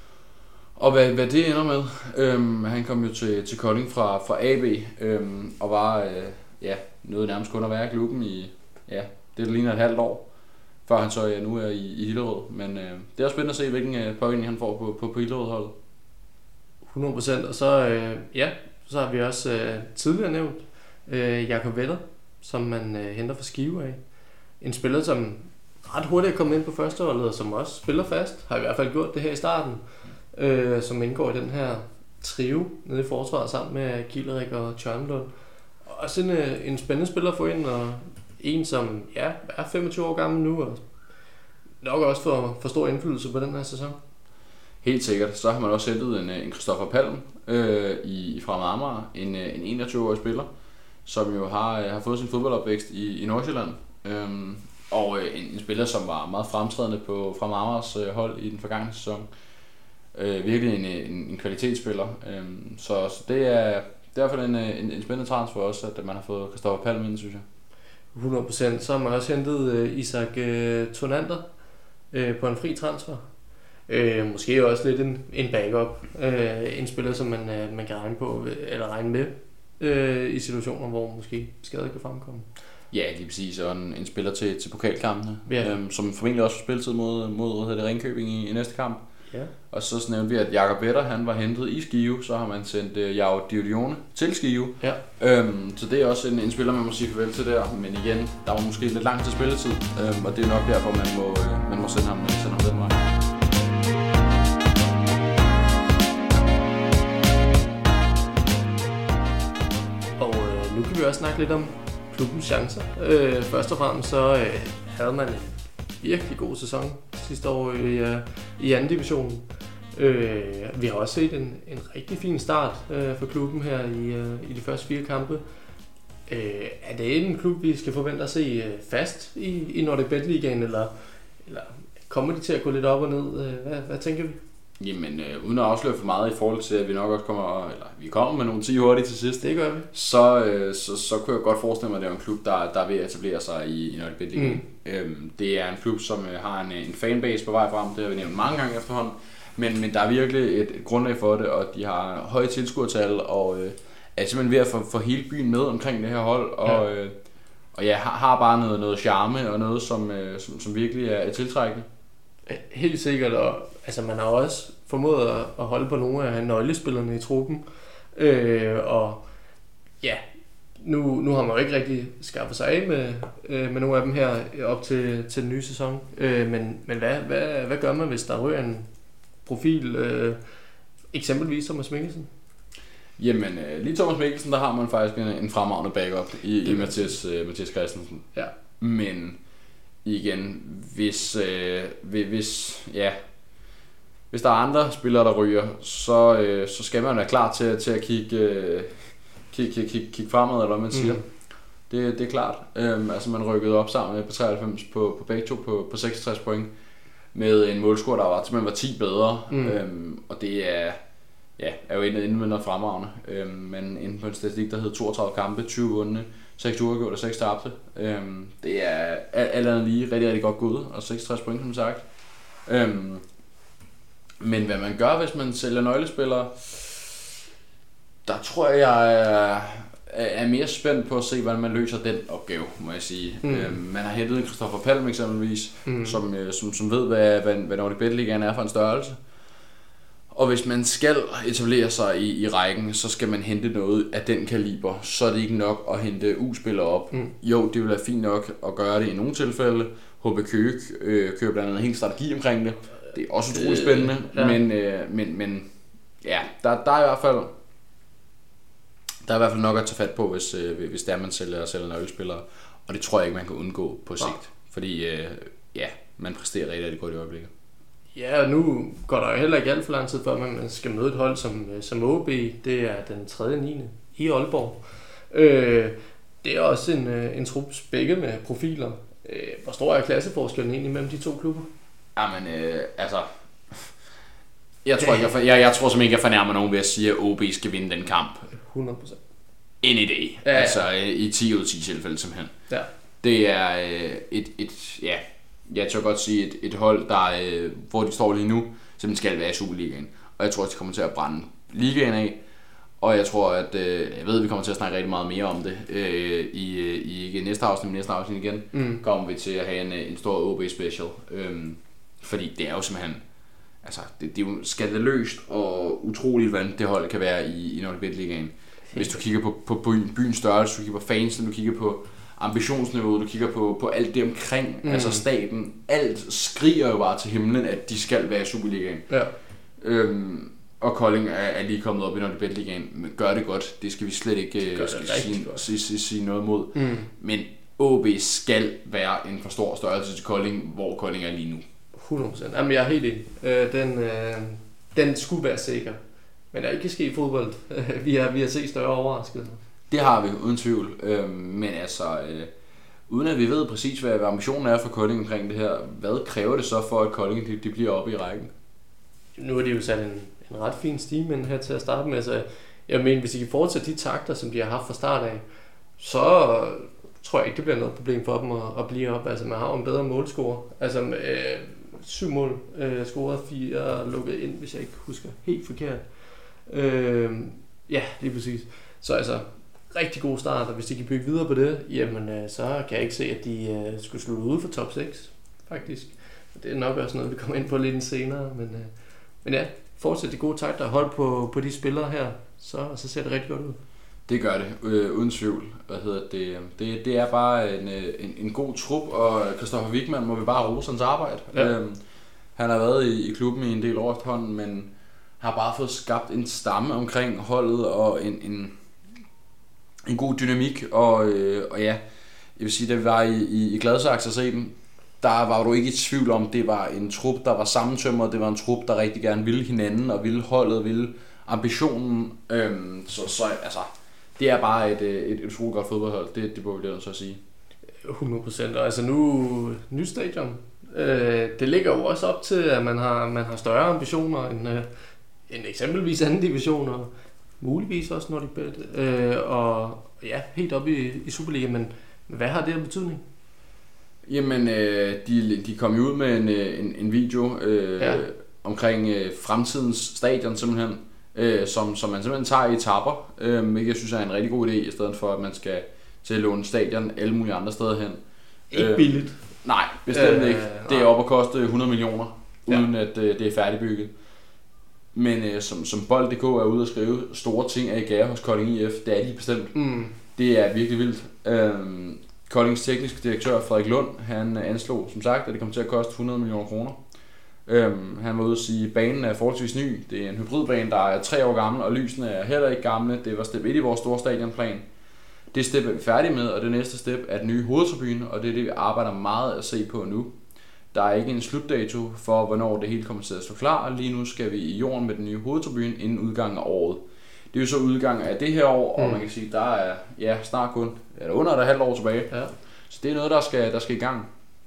og hvad, hvad det ender med. Øhm, han kom jo til, til Kolding fra, fra A B, øhm, og var øh, ja, nåede nærmest kun at være i klubben i, ja, det ligner et halvt år, før han så ja, nu er i, i Hillerød. Men øh, det er også spændende at se, hvilken øh, påvirkning han får på, på, på Hillerød-holdet. hundrede procent, og så, øh, ja, så har vi også øh, tidligere nævnt øh, Jakob Vetter, som man øh, henter fra Skive af. En spiller, som ret hurtigt er kommet ind på førsteholdet, og som også spiller fast, har i hvert fald gjort det her i starten, øh, som indgår i den her trio nede i forsvaret sammen med Kielerik og Tjørnlund. Også en, øh, en spændende spiller at få ind, og en, som ja, er femogtyve år gammel nu, og nok også får for stor indflydelse på den her sæson. Helt sikkert. Så har man også hentet en, en Christoffer Palm øh, i, fra Amager, en, en enogtyve-årig spiller, som jo har, har fået sin fodboldopvækst i, i Nordsjælland. Øhm, og øh, en, en spiller, som var meget fremtrædende på fra Amagers øh, hold i den forgangne sæson. Øh, virkelig en, en, en kvalitetsspiller. Øhm, så, så det er i hvert fald en, en, en spændende transfer også, at man har fået Christoffer Palm ind, synes jeg. hundrede procent. Så har man også hentet øh, Isak øh, Tonander øh, på en fri transfer. Øh, måske også lidt en, en backup. Øh, en spiller, som man, øh, man kan regne på, eller regne med øh, i situationer, hvor måske skade kan fremkomme. Ja, lige præcis. Og en, en spiller til, til pokalkampene, ja. øhm, som formentlig også får spilletid mod, mod det, Ringkøbing i, i næste kamp. Ja. Og så nævnte vi, at Jakob Vetter, han var hentet i Skive, så har man sendt uh, Jao Diodione til Skive. Ja. Øhm, så det er også en, en spiller, man må sige farvel til der. Men igen, der var måske lidt langt til spilletid, øhm, og det er nok derfor, man må, øh, man må sende, ham, sende ham den vej. Og øh, nu kan vi også snakke lidt om klubbens chancer. Øh, først og fremmest så øh, havde man en virkelig god sæson sidste år i, øh, i anden divisionen. Øh, vi har også set en, en rigtig fin start øh, for klubben her i, øh, i de første fire kampe. Øh, er det en klub, vi skal forvente at se øh, fast i, i Nordic Bet Ligaen, eller, eller kommer de til at gå lidt op og ned? Øh, hvad, hvad tænker vi? Jamen, øh, uden at afsløre for meget i forhold til, at vi nok også kommer, eller vi kommer med nogle ti hurtigt til sidst. Det gør vi. Så, øh, så, så kunne jeg godt forestille mig, at det er en klub, der, der er ved at etablere sig i, i Nordic Bet Ligaen. Mm. Øhm, det er en klub, som øh, har en, en fanbase på vej frem, det har vi nævnt mange gange efterhånden. Men, men der er virkelig et, et grundlag for det, og de har høje tilskuertal, og øh, er simpelthen ved at få, få hele byen med omkring det her hold. Og, ja. øh, og ja, har, har bare noget, noget charme og noget, som, øh, som, som virkelig er, er tiltrækkende. Helt sikkert, og altså, man har også formået at, at holde på nogle af nøglespillerne i truppen. Øh, og ja, nu, nu har man jo ikke rigtig skaffet sig af med, øh, med nogle af dem her op til, til den nye sæson. Øh, men men hvad, hvad, hvad gør man, hvis der rører en profil, øh, eksempelvis Thomas Mikkelsen? Jamen, øh, lige Thomas Mikkelsen, der har man faktisk en, en fremragende backup i, i Mathias, øh, Mathias Christensen. Ja. Men igen, hvis, øh, hvis, ja, hvis der er andre spillere, der ryger, så, øh, så skal man være klar til, til at kigge, øh, kigge, kigge, kigge, kigge fremad, eller hvad man siger. Mm. Det, det er klart. Øhm, altså man rykkede op sammen på treoghalvfems på, på begge to på, på seksogtres point, med en målscore, der var, simpelthen var ti bedre. Mm. Øhm, og det er, ja, er jo inde med noget fremragende. Øhm, men inde på en statistik, der hedder toogtredive kampe, tyve vundne, seks uafgjorte og seks tabte. Øhm, det er alt andet lige rigtig, rigtig godt gået, og seksogtres point, som sagt. Øhm, men hvad man gør, hvis man sælger nøglespillere, der tror jeg, jeg er, er mere spændt på at se, hvordan man løser den opgave, må jeg sige. Mm. Øhm, man har hentet en Christoffer Palm eksempelvis, mm. som, som, som ved, hvad, hvad, hvad Nordic Bet Ligaen er for en størrelse. Og hvis man skal etablere sig i, i rækken, så skal man hente noget af den kaliber, så er det ikke nok at hente U-spillere op. Mm. Jo, det vil være fint nok at gøre det i nogle tilfælde. H B Køge øh, kører blandt andet en hel strategi omkring det. Det er også utroligt spændende, øh, ja. men, øh, men, men ja, der, der er i hvert fald der er i hvert fald nok at tage fat på, hvis, øh, hvis det er, man sælger, sælger nøglespillere. Og det tror jeg ikke, man kan undgå på sigt. Ja. Fordi øh, ja, man præsterer rigtig, rigtig godt i øjeblikket. Ja, og nu går der jo heller ikke alt for lang tid før, man skal møde et hold som, som O B. Det er den tredje niende i Aalborg. Øh, det er også en, en trup spækket med profiler. Øh, hvor stor er klasseforskellen egentlig mellem de to klubber? Jamen, øh, altså... Jeg tror, ikke, jeg, jeg, jeg tror simpelthen ikke, jeg fornærmer nogen ved at sige, at O B skal vinde den kamp. hundrede procent. Any day. Ja, ja. Altså i ti ud af ti tilfælde simpelthen. Ja. Det er øh, et, et, ja, jeg tør godt sige, et, et hold, der, øh, hvor de står lige nu, simpelthen skal være i Superligaen. Og jeg tror, at de kommer til at brænde ligaen af. Og jeg tror, at øh, jeg ved, at vi kommer til at snakke rigtig meget mere om det øh, i, i ikke næste afsnit, men næste afsnit igen. Mm. Kommer vi til at have en, en stor O B special. Øhm, fordi det er jo simpelthen, altså det, det er jo skandaløst og utroligt, hvordan det hold kan være i, i Nordic Bet Ligaen. Hvis du kigger på, på byen, byens størrelse, du kigger på fansen, du kigger på ambitionsniveauet, du kigger på, på alt det omkring, mm. altså staten, alt skriger jo bare til himlen, at de skal være i Superligaen. Ja. Øhm, og Kolding er, er lige kommet op i Nordic Bet Ligaen, men gør det godt, det skal vi slet ikke skal sige, sige, sige, sige noget mod. Mm. Men O B skal være en for stor størrelse til Kolding, hvor Kolding er lige nu. hundrede procent. Jamen, jeg er helt enig. Øh, den, øh, den skulle være sikker. Men der er ikke ske i fodbold. vi, har, vi har set større overraskelser. Det har vi, uden tvivl. Øh, men altså, øh, uden at vi ved præcis, hvad ambitionen er for Kolding omkring det her, hvad kræver det så for, at Kolding de, de bliver oppe i rækken? Nu er det jo sat en, en ret fin stime her til at starte med. Altså, jeg mener, hvis de kan fortsætte de takter, som de har haft fra start af, så tror jeg ikke, det bliver noget problem for dem at, at blive op. Altså, man har jo en bedre målscore. Altså, øh, syv mål øh, scoret, fire lukket ind, hvis jeg ikke husker helt forkert. Øh, ja, lige præcis. Så altså, rigtig god start, og hvis de kan bygge videre på det, jamen øh, så kan jeg ikke se, at de øh, skulle slutte ude for top seks, faktisk. Det er nok også noget, vi kommer ind på lidt senere, men, øh, men ja, fortsæt de gode takter og hold på, på de spillere her, så, så ser det rigtig godt ud. Det gør det, øh, uden tvivl. Hvad hedder det? Det, det er bare en, en, en god trup, og Christoffer Wickmann må vi bare rose hans arbejde. Ja. Øhm, han har været i, i klubben i en del år efterhånden, men har bare fået skabt en stamme omkring holdet og en, en, en god dynamik. Og, øh, og ja, jeg vil sige, da vi var i, i, i Gladsaxe og se dem, der var du ikke i tvivl om, det var en trup, der var sammentømret. Det var en trup, der rigtig gerne ville hinanden og ville holdet, ville ambitionen. Øhm, så, så altså, det er bare et, et, et utroligt godt fodboldhold. Det, det må vi så at sige. hundrede procent. Og altså nu, nyt stadion. Øh, det ligger jo også op til, at man har, man har større ambitioner end, øh, end eksempelvis anden division, og muligvis også Nordic Bet. Øh, og ja, helt op i, i Superliga, men hvad har det af betydning? Jamen, øh, de, de kom jo ud med en, en, en video øh, ja. omkring øh, fremtidens stadion simpelthen, øh, som, som man simpelthen tager i etapper, øh, hvilket jeg synes er en rigtig god idé, i stedet for at man skal til at låne stadion alle mulige andre steder hen. Ikke billigt. Øh, nej, bestemt øh, ikke. Det er nej. op at koste hundrede millioner, uden ja. at øh, det er færdigbygget. Men øh, som, som Bold punktum d k er ude at skrive, store ting er i gære hos Kolding I F. Det er de bestemt. Mm. Det er virkelig vildt. Øhm, Koldings tekniske direktør Frederik Lund, han anslog som sagt, at det kommer til at koste hundrede millioner kroner. Øhm, han var ude at sige, at banen er forholdsvis ny. Det er en hybridbane, der er tre år gammel, og lysene er heller ikke gamle. Det var step et i vores store stadionplan. Det step er vi færdige med, og det næste step er den nye hovedtribune, og det er det, vi arbejder meget at se på nu. Der er ikke en slutdato for, hvornår det hele kommer til at stå klar, og lige nu skal vi i jorden med den nye hovedtribune inden udgangen af året. Det er jo så udgangen af det her år, og mm. man kan sige, der er ja, snart kun eller under et halvt år tilbage. Ja. Så det er noget, der skal, der skal i gang.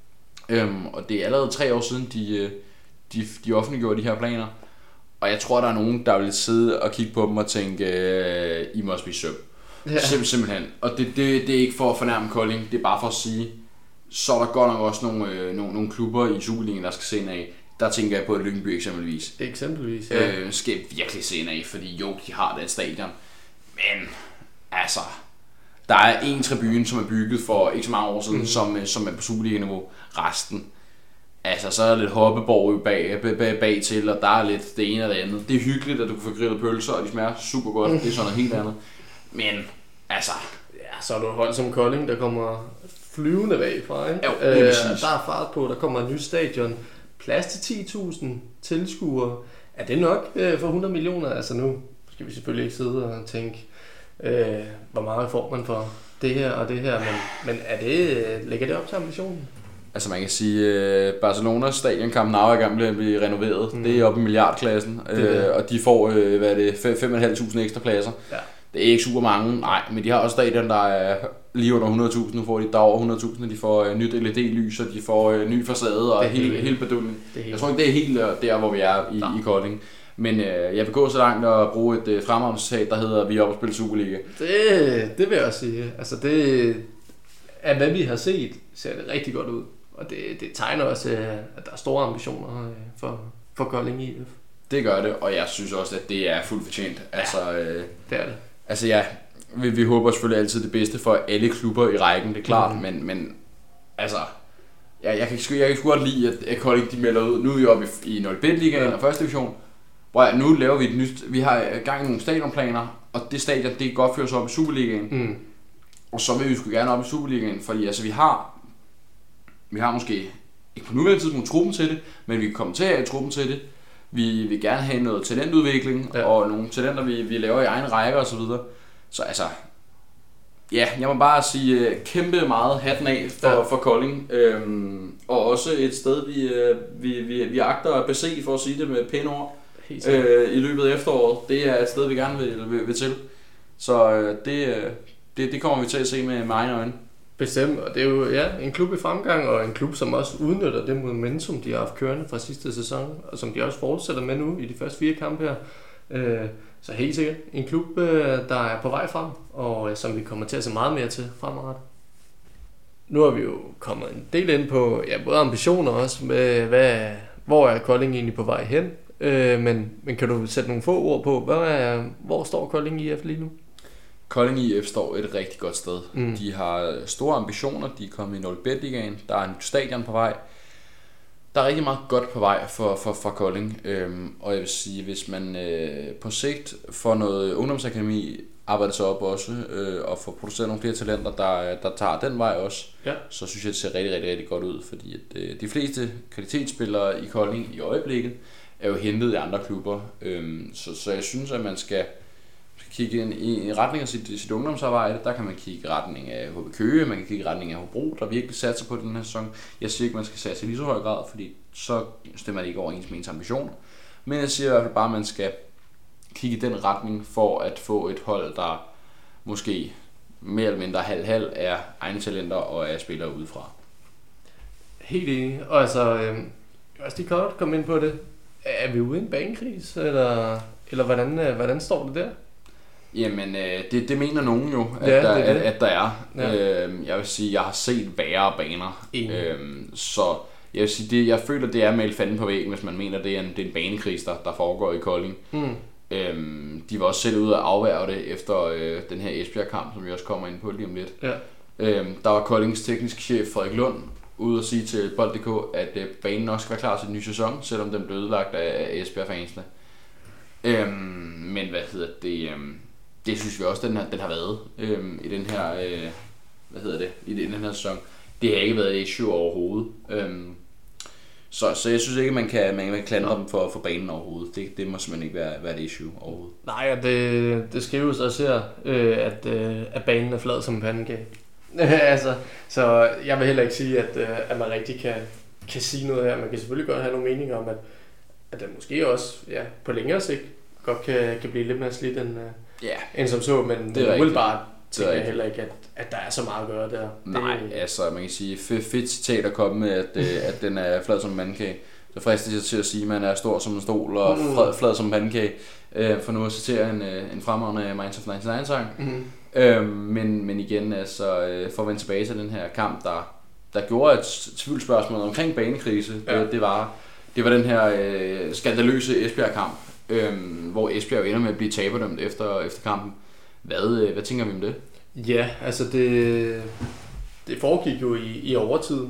Øhm, og det er allerede tre år siden, de, de, de offentliggjorde de her planer. Og jeg tror, der er nogen, der vil sidde og kigge på dem og tænke, øh, I må også blive søm. Ja. Sim- simpelthen. Og det, det, det er ikke for at fornærme Kolding, det er bare for at sige, så er der godt nok også nogle, øh, nogle, nogle klubber i Superligaen, der skal se ind af. Der tænker jeg på, at Lyngby eksempelvis. Eksempelvis, ja. Øh, skal virkelig se ind af, fordi jo, de har det stadion. Men, altså, der er en tribune, som er bygget for ikke så mange år siden, mm. som, som er på Superliga-niveau. Resten, altså, så er der lidt hoppeborg bag, bag, bag til, og der er lidt det ene og det andet. Det er hyggeligt, at du kan få grillet pølser, og de smager super godt. Mm. Det er sådan noget helt andet. Men, altså... Ja, så er du et hold som Kolding, der kommer flyvende bagfra, ikke? Jo, øh, der er fart på, der kommer et nyt stadion. Plads til ti tusind tilskuere. Er det nok øh, for hundrede millioner? Altså nu skal vi selvfølgelig ikke sidde og tænke, øh, hvor meget får man for det her og det her, men, men er det, lægger det op til ambitionen? Altså man kan sige, at Barcelonas stadion Camp Nou er i gang med at blive renoveret. Mm. Det er oppe i milliardklassen, øh, og de får øh, hvad er det, fem tusind fem hundrede ekstra pladser. Ja. Det er ikke super mange, nej, men de har også stadion, der er lige under hundrede tusind. Nu får de der over hundrede tusind, og de får øh, nyt L E D-lys, og de får øh, ny facade og hele, hele bedulning. Jeg tror ikke, det er helt der, hvor vi er i, i Kolding. Men øh, jeg vil gå så langt og bruge et øh, fremragende citat, der hedder, vi er oppe og spille Superliga. Det, det vil jeg også sige. Altså det, af hvad vi har set, ser det rigtig godt ud. Og det, det tegner også, at der er store ambitioner for, for Kolding I F. Det gør det, og jeg synes også, at det er fuldt fortjent. Altså, øh, det er det. Altså ja, vi, vi håber selvfølgelig altid det bedste for alle klubber i rækken, det er klart, mm. men, men altså, ja, jeg kan sgu jeg kan sgu godt lide, at, at Kolding de melder ud. Nu er vi oppe i, i nul B-ligaen og første division, hvor nu laver vi et nyt, vi har gang i nogle stadionplaner, og det stadion, det kan godt føre sig op i Superligaen, mm. og så vil vi sgu gerne op i Superligaen, fordi altså vi har, vi har måske ikke på nuværende tidspunkt truppen til det, men vi kan komme til at have truppen til det. Vi vil gerne have noget talentudvikling, ja. Og nogle talenter, vi, vi laver i egen række og så videre. Så altså, ja, jeg må bare sige kæmpe meget hatten af for, ja. for Kolding. Øhm, og også et sted, vi, vi, vi, vi agter at bese, for at sige det med pæne ord, øh, i løbet af efteråret. Det er et sted, vi gerne vil, vil, vil til. Så øh, det, det, det kommer vi til at se med, med egne øjne. Bestemt, og det er jo ja, en klub i fremgang, og en klub, som også udnytter det momentum, de har haft kørende fra sidste sæson, og som de også fortsætter med nu i de første fire kampe her. Så helt sikkert en klub, der er på vej frem, og som vi kommer til at se meget mere til fremadrettet. Nu har vi jo kommet en del ind på ja, både ambitioner også, med hvad, hvor er Kolding egentlig på vej hen, men, men kan du sætte nogle få ord på, hvad er, hvor står Kolding I F lige nu? Kolding I F står et rigtig godt sted. Mm. De har store ambitioner, de er kommet i nul B-ligaen, der er en stadion på vej. Der er rigtig meget godt på vej for, for, for Kolding, øhm, og jeg vil sige, hvis man øh, på sigt får noget ungdomsakademi arbejdet sig op også, øh, og får produceret nogle flere talenter, der, der tager den vej også, ja. Så synes jeg, det ser rigtig, rigtig, rigtig godt ud, fordi at, øh, de fleste kvalitetsspillere i Kolding i øjeblikket er jo hentet i andre klubber, øhm, så, så jeg synes, at man skal kigge ind i retning af sit, sit ungdomsarbejde. Der kan man kigge i retning af H B Køge, man kan kigge i retning af Hobro, der virkelig satser på den her sæson. Jeg siger ikke, man skal satse i lige så høj grad, fordi så stemmer det ikke overens med ens ambitioner. Men jeg siger i hvert fald bare, at man skal kigge i den retning for at få et hold, der måske mere eller mindre halv-halv er egne talenter og er spillere udefra. Helt enig. Og altså, øh, også lige kort komme ind på det. Er vi ude i en banekris, eller, eller hvordan, øh, hvordan står det der? Jamen, øh, det, det mener nogen jo, at, ja, der, det at, at der er. Ja. Øh, jeg vil sige, jeg har set værre baner. Øh, så jeg vil sige, det, jeg føler, det er at male fanden på væggen, hvis man mener, det er en, det er en banekris, der, der foregår i Kolding. Mm. Øhm, de var også selv ude at afværge det efter øh, den her Esbjerg-kamp, som vi også kommer ind på lige om lidt. Ja. Øhm, der var Koldings tekniske chef Frederik Lund ude at sige til Bold punktum d k, at øh, banen nok skal være klar til den nye sæson, selvom den blev ødelagt af Esbjerg-fansene. Øhm, men hvad hedder det? Øhm, det synes vi også, den har, den har været øhm, i den her, øh, hvad hedder det, i den her sæson. Det har ikke været et issue overhovedet. Øhm, så, så jeg synes ikke, man kan, man kan klandre dem for, for banen overhovedet. Det, det må simpelthen ikke være, være et issue overhovedet. Nej, og det, det skrives også her, øh, at, øh, at banen er flad som en pandekage. altså, så jeg vil heller ikke sige, at, øh, at man rigtig kan, kan sige noget her. Man kan selvfølgelig godt have nogle meninger om, at, at den måske også ja, på længere sigt godt kan, kan blive lidt mere slidt end, øh, yeah. end som så, men det er umiddelbart tænker jeg heller ikke, at, at der er så meget at gøre der. Nej, det... altså man kan sige, fedt, fedt citat at komme med, at, at den er flad som en mandkage. Så fristes jeg til at sige, at man er stor som en stol og flad, flad som en pandekage. Øh, for nu at citere en, en fremragende Minds of nioghalvfems-sang. Mm-hmm. Øh, men, men igen, altså, for at vende tilbage til den her kamp, der, der gjorde et tvivlsspørgsmål omkring banekrise, ja. det, det, var, det var den her øh, skandaløse Esbjerg-kamp, øh, hvor Esbjerg ender med at blive taberdømt efter, efter kampen. Hvad, hvad tænker vi om det? Ja, altså det, det foregik jo i, i overtiden,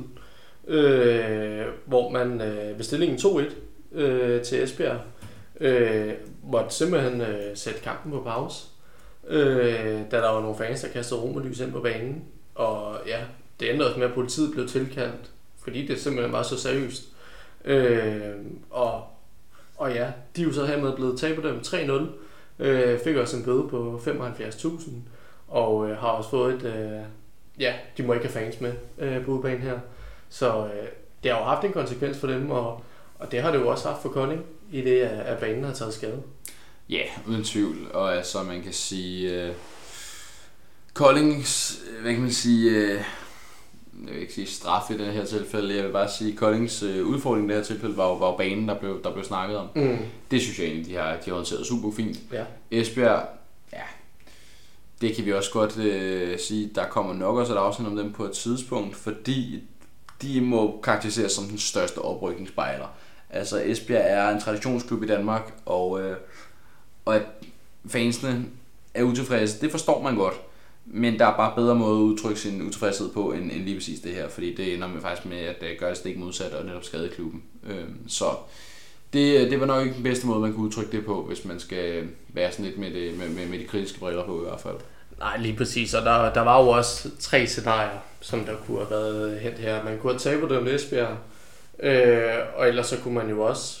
øh, hvor man øh, ved stillingen to et øh, til Esbjerg øh, måtte simpelthen øh, sætte kampen på pause, øh, da der var nogle fans, der kastede romerlys ind på banen. Og ja, det endte også med, at politiet blev tilkaldt, fordi det simpelthen var så seriøst. Øh, og, og ja, de er jo så hermed blevet taberdømt tre nul. Øh, fik også en bøde på femoghalvfjerds tusind og øh, har også fået et øh, ja, de må ikke have fans med øh, på udebanen her, så øh, det har jo haft en konsekvens for dem, og, og det har det jo også haft for Kolding i det, at banen har taget skade. Ja, yeah, uden tvivl, og altså man kan sige øh, Koldings, hvad kan man sige øh, jeg vil ikke sige straf i det her tilfælde, jeg vil bare sige Koldings øh, udfordring i det her tilfælde var jo, var jo banen, der blev, der blev snakket om. Mm. Det synes jeg egentlig, de har, de har håndteret super fint. Ja. Esbjerg, ja, det kan vi også godt øh, sige, der kommer nok også et afsnit om dem på et tidspunkt, fordi de må karakteriseres som den største oprykningsspejler. Altså Esbjerg er en traditionsklub i Danmark, og, øh, og at fansene er utilfredse, det forstår man godt. Men der er bare bedre måde at udtrykke sin utilfredshed på, end, end lige præcis det her, fordi det ender med faktisk med at gøre det stik modsat og netop skade klubben. Øhm, så det, det var nok ikke den bedste måde, man kunne udtrykke det på, hvis man skal være sådan lidt med, det, med, med, med de kritiske briller på i hvert fald. Nej, lige præcis, og der, der var jo også tre scenarier, som der kunne have været hent her. Man kunne have tabt dem Esbjerg, øh, og ellers så kunne man jo også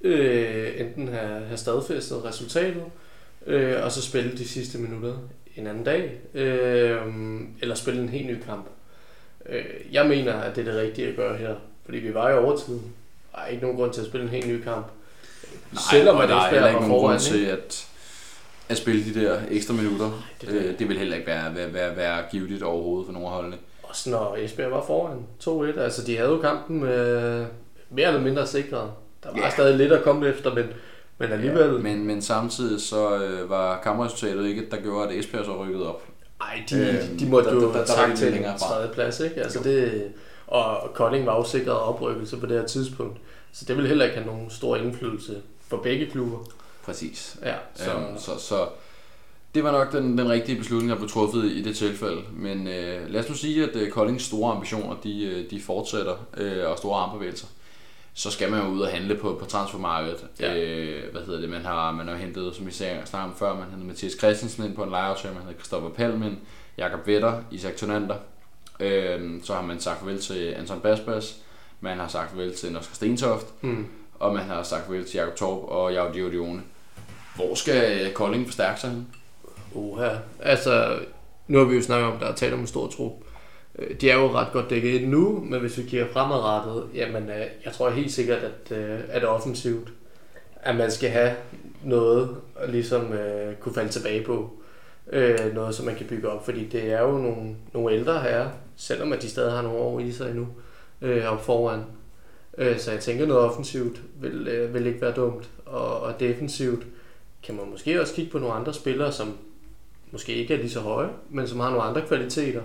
øh, enten have, have stadfæstet resultatet, øh, og så spille de sidste minutter en anden dag, øh, eller spille en helt ny kamp. Øh, jeg mener, at det er det rigtige at gøre her, fordi vi var i overtiden. Der er ikke nogen grund til at spille en helt ny kamp. Nej, selvom og der er heller ikke nogen grund til at, at spille de der ekstra minutter. Nej, det, øh, det vil heller ikke være, være, være, være givetigt overhovedet for nogen af holdene. Også når Esbjerg var foran to et. Altså, de havde jo kampen øh, mere eller mindre sikret. Der var yeah. stadig lidt at komme efter, men Men alligevel... Ja, men, men samtidig så øh, var kampresultatet ikke, der gjorde, at Esbjerg så rykkede op. Nej, de, øhm, de måtte jo trække til en tredje plads, ikke? Altså det, og Kolding var jo sikret oprykkelse på det her tidspunkt. Så det ville heller ikke have nogen stor indflydelse for begge klubber. Præcis. Ja, så... Øhm, så, så det var nok den, den rigtige beslutning, der blev truffet i det tilfælde. Men øh, lad os nu sige, at øh, Koldings store ambitioner, de, de fortsætter, øh, og store armbevægelser. Så skal man jo ud og handle på, på transfermarkedet. Ja. Øh, hvad hedder det? Man har, man har hentet, som vi snakkede om før, man havde Mathias Christensen ind på en lejeaftale, man havde Christoffer Palmen, Jakob Vetter, Isak Tonander. Øh, så har man sagt farvel til Anton Basbas, man har sagt farvel til Oscar Stentoft, mm. og man har sagt farvel til Jakob Torp og Jakob Diodione. Hvor skal Kolding forstærke sig hen? Uha, altså nu har vi jo snakket om, der er talt om en stor trup. De er jo ret godt dækket ind nu, men hvis vi kigger fremadrettet, jamen jeg tror helt sikkert, at, at offensivt, at man skal have noget at ligesom uh, kunne falde tilbage på. Uh, noget, som man kan bygge op, fordi det er jo nogle, nogle ældre herrer, selvom at de stadig har nogle år i sig endnu, uh, op foran. Uh, så jeg tænker, noget offensivt vil, uh, vil ikke være dumt, og, og defensivt kan man måske også kigge på nogle andre spillere, som måske ikke er lige så høje, men som har nogle andre kvaliteter.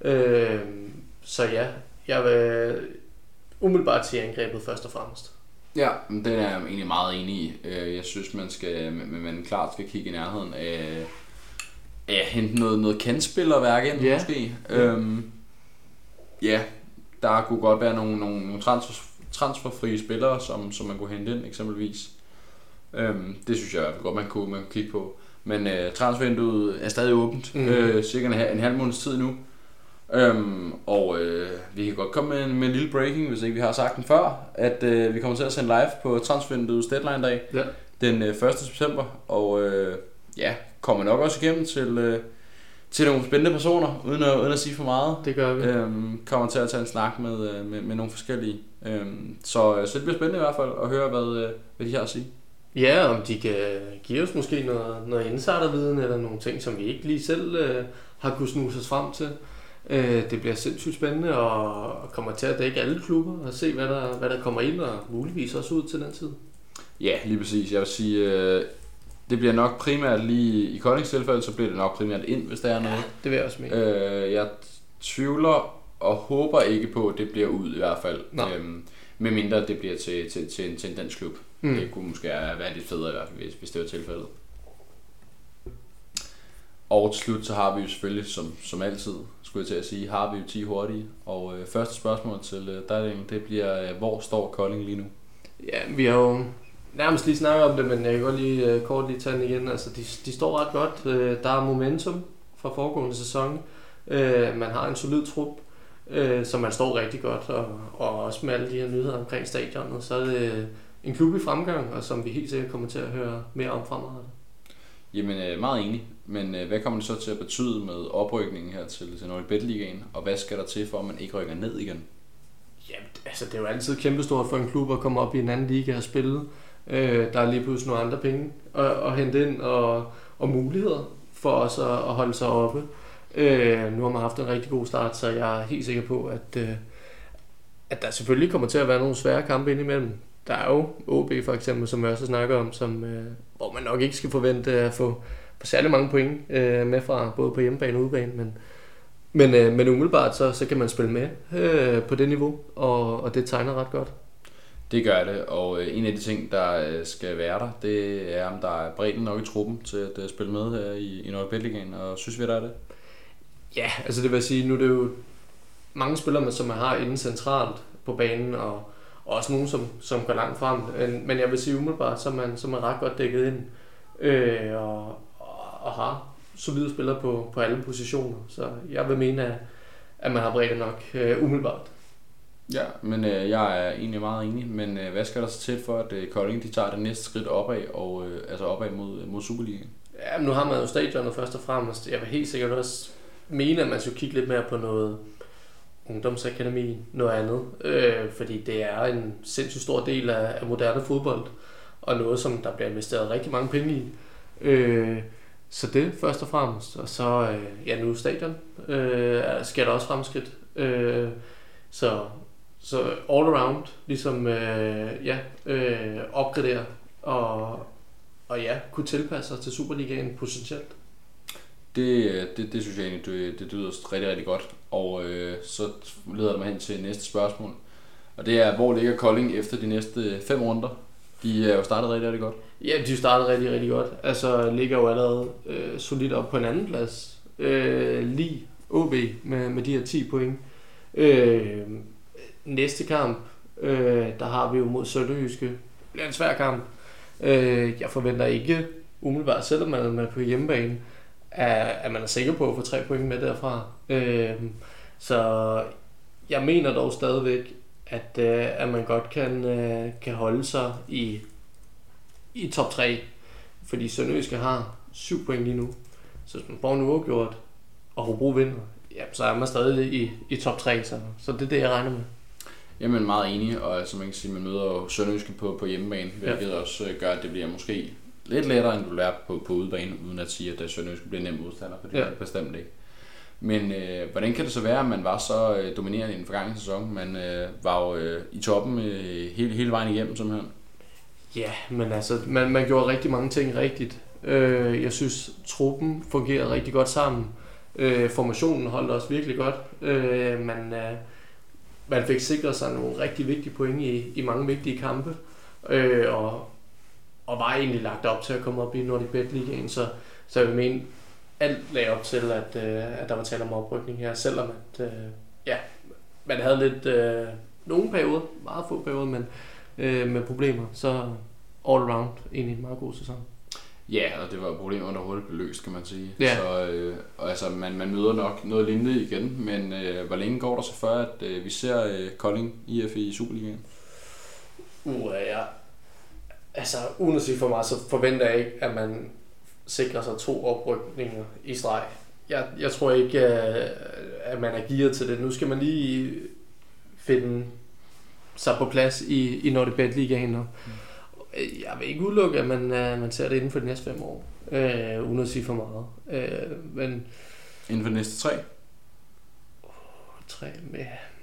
Øh, så ja, jeg vil umiddelbart sige angrebet først og fremmest. Ja, den er jeg egentlig meget enig i. Jeg synes, man skal, man klart skal kigge i nærheden af ja, hente noget, noget kantspillerværk ind, yeah. måske. Ja. Øhm, ja, der kunne godt være nogle, nogle, nogle transfer, transferfrie spillere, som, som man kunne hente ind, eksempelvis. Øhm, det synes jeg godt, man kunne, man kunne kigge på. Men øh, transfervinduet er stadig åbent, mm. øh, cirka en, en halv måneds tid nu. Øhm, og øh, vi kan godt komme med en, med en lille breaking, hvis ikke vi har sagt den før, at øh, vi kommer til at sende live på transfervinduets deadline-dag, ja. den øh, første september. Og øh, ja, kommer nok også igennem til, øh, til nogle spændende personer, uden at, uden at sige for meget. Det gør vi. Øhm, kommer til at tage en snak med, med, med nogle forskellige. Øhm, så, så det bliver spændende i hvert fald at høre, hvad, hvad de har at sige. Ja, om de kan give os måske noget, noget insiderviden eller nogle ting, som vi ikke lige selv øh, har kunnet snuse os frem til. Øh, det bliver sindssygt spændende og kommer til at dække alle klubber og se, hvad der, hvad der kommer ind og muligvis også ud til den tid. Ja, lige præcis. Jeg vil sige, øh, det bliver nok primært lige i Koldings tilfælde, så bliver det nok primært ind, hvis der er noget. Ja, det vil jeg også mene. Øh, jeg tvivler og håber ikke på, at det bliver ud i hvert fald. Øhm, medmindre det bliver til, til, til, en, til en dansk klub. Mm. Det kunne måske være lidt federe i hvert fald, hvis, hvis det var tilfældet. Og til slut, så har vi jo selvfølgelig, som, som altid, skulle jeg til at sige, har vi jo ti hurtige. Og øh, første spørgsmål til øh, dig, det bliver, øh, hvor står Kolding lige nu? Ja, vi har jo nærmest lige snakket om det, men jeg kan godt lige øh, kort lige tage den igen. Altså, de, de står ret godt. Øh, der er momentum fra foregående sæson. Øh, man har en solid trup, øh, så man står rigtig godt. Og, og også med alle de her nyheder omkring stadionet, så er det en klub i fremgang, og som vi helt sikkert kommer til at høre mere om fremadrettet. Jamen, meget enig. Men hvad kommer det så til at betyde med oprykningen her til, til NordicBet-ligaen? Og hvad skal der til for, at man ikke rykker ned igen? Jamen, altså det er jo altid kæmpestort for en klub at komme op i en anden liga og spille. Øh, der er lige pludselig nogle andre penge at, at hente ind, og, og muligheder for os at, at holde sig oppe. Øh, nu har man haft en rigtig god start, så jeg er helt sikker på, at, øh, at der selvfølgelig kommer til at være nogle svære kampe indimellem. Der er jo O B for eksempel, som jeg også snakker om, som, øh, hvor man nok ikke skal forvente at få, få særlig mange point øh, med fra både på hjemmebane og udebane, men, men, øh, men umiddelbart så, så kan man spille med øh, på det niveau, og, og det tegner ret godt. Det gør det, og øh, en af de ting, der øh, skal være der, det er, om der er bredden nok i truppen til at øh, spille med her i, i NordicBet-ligaen, og synes vi, der er det? Ja, altså det vil sige, nu er det jo mange spillere, som man har inde centralt på banen, og Og også nogen, som, som går langt frem. Men jeg vil sige umiddelbart, så er man, så er man ret godt dækket ind. Øh, og, og har solide spillere på, på alle positioner. Så jeg vil mene, at, at man har bredde nok øh, umiddelbart. Ja, men øh, jeg er egentlig meget enig. Men øh, hvad skal der så til for, at øh, Kolding de tager det næste skridt opad, og, øh, altså opad mod, mod Superligaen? Ja, men nu har man jo stadionet først og fremmest. Jeg vil helt sikkert også mene, at man skal kigge lidt mere på noget ungdomsakademi, noget andet, øh, fordi det er en sindssygt stor del af, af moderne fodbold, og noget, som der bliver investeret rigtig mange penge i. Øh, så det først og fremmest, og så øh, ja, nu stadion øh, sker der også fremskridt. Øh, så, så all around, ligesom øh, ja, øh, opgradere og, og ja, kunne tilpasse sig til Superligaen potentielt. Det, det, det synes jeg egentlig, det, det lyder rigtig, rigtig godt. Og øh, så leder det mig hen til næste spørgsmål. Og det er, hvor ligger Kolding efter de næste fem runder? De er jo startet rigtig, rigtig godt. Ja, de er startet rigtig, rigtig godt. Altså ligger jo allerede øh, solidt op på en anden plads. Øh, lige O B med, med de her ti point. Øh, næste kamp, øh, der har vi jo mod Sønderjyske. Det bliver en svær kamp. Øh, jeg forventer ikke umiddelbart, selvom man er med på hjemmebane, at man er sikker på at få tre point med derfra. Øh, så jeg mener dog stadigvæk, at, øh, at man godt kan, øh, kan holde sig i, i top tre, fordi Sønderjyske har syv point lige nu. Så hvis man får en uafgjort og Hobro vinder, ja, så er man stadig i, i top tre, så, så det er det, jeg regner med. Jamen meget enig, og altså man kan sige, man møder jo Sønderjyske på, på hjemmebane, hvilket ja. også gør, at det bliver måske lidt lettere, end du lærer på, på udebane, uden at sige, at Sønderjyske bliver nem modstander, for det ja. er bestemt ikke. Men øh, hvordan kan det så være, at man var så øh, dominerende i den forgangne sæson? Man øh, var jo øh, i toppen øh, hele, hele vejen igennem, simpelthen. Ja, men altså, man, man gjorde rigtig mange ting rigtigt. Øh, jeg synes, truppen fungerede rigtig godt sammen. Øh, formationen holdt også virkelig godt. Øh, man, øh, man fik sikret sig nogle rigtig vigtige point i, i mange vigtige kampe. øh, og, og var egentlig lagt op til at komme op i NordicBet Ligaen, så, så jeg vil mene, alt lagde op til, at, øh, at der var tale om oprykning her, selvom at, øh, ja, man havde lidt, øh, nogle perioder, meget få perioder, men øh, med problemer, så all around egentlig en meget god sæson. Ja, og det var problemer, der hurtigt blev løst, kan man sige. Ja. Så øh, og altså, man, man møder nok noget lignende igen, men øh, hvor længe går der så før, at øh, vi ser øh, Kolding I F i Superligaen? Uh, ja. Altså, uden at sige for meget, så forventer jeg ikke, at man sikrer sig to oprykninger i streg. Jeg, jeg tror ikke, at man er gearet til det. Nu skal man lige finde sig på plads i, i NordicBet Ligaen. Jeg vil ikke udelukke, at man, man ser det inden for de næste fem år, øh, uden at sige for meget. Øh, men inden for de næste tre? Oh, tre med...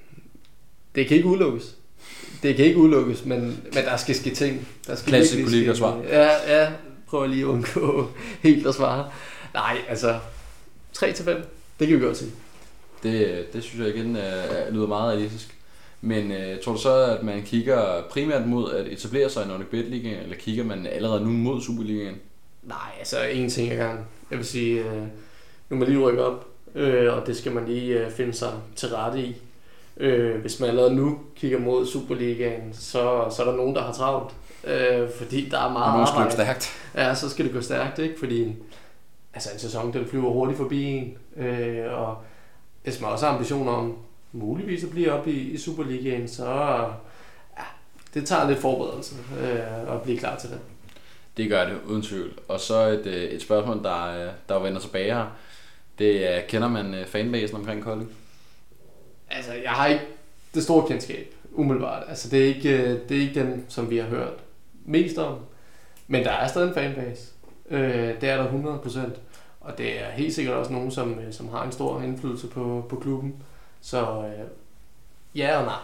Det kan ikke udelukkes. Det kan ikke udelukkes, men, men der skal ske ting. Der skal klassisk politiker svar. Ja, ja, prøv lige at undgå helt at svare. Nej, altså tre til fem, det kan vi godt sige. Det, det synes jeg igen uh, lyder meget realistisk. Men uh, tror du så, at man kigger primært mod at etablere sig i NordicBet Ligaen, eller kigger man allerede nu mod Superligaen? Nej, altså en ting ad gangen. Jeg vil sige, uh, nu man lige rykke op, uh, og det skal man lige uh, finde sig til rette i. Uh, hvis man allerede nu kigger mod Superligaen, så, så er der nogen, der har travlt. Uh, fordi der er meget arbejde. arbejde. Stærkt. Ja, så skal det gå stærkt, ikke? Fordi altså en sæson, den flyver hurtigt forbi en. Uh, og hvis man også har ambitioner om muligvis at blive op i, i Superligaen, så ja, det tager lidt forberedelse øh, at blive klar til det. Det gør det, uden tvivl. Og så et, et spørgsmål, der, der vender tilbage her. Det er, kender man fanbasen omkring Kolding? Altså, jeg har ikke det store kendskab, umiddelbart. Altså, det er ikke, det er ikke den, som vi har hørt mest om. Men der er stadig en fanbase. Øh, det er der hundrede procent. Og det er helt sikkert også nogen, som, som har en stor indflydelse på, på klubben. Så øh, ja og nej.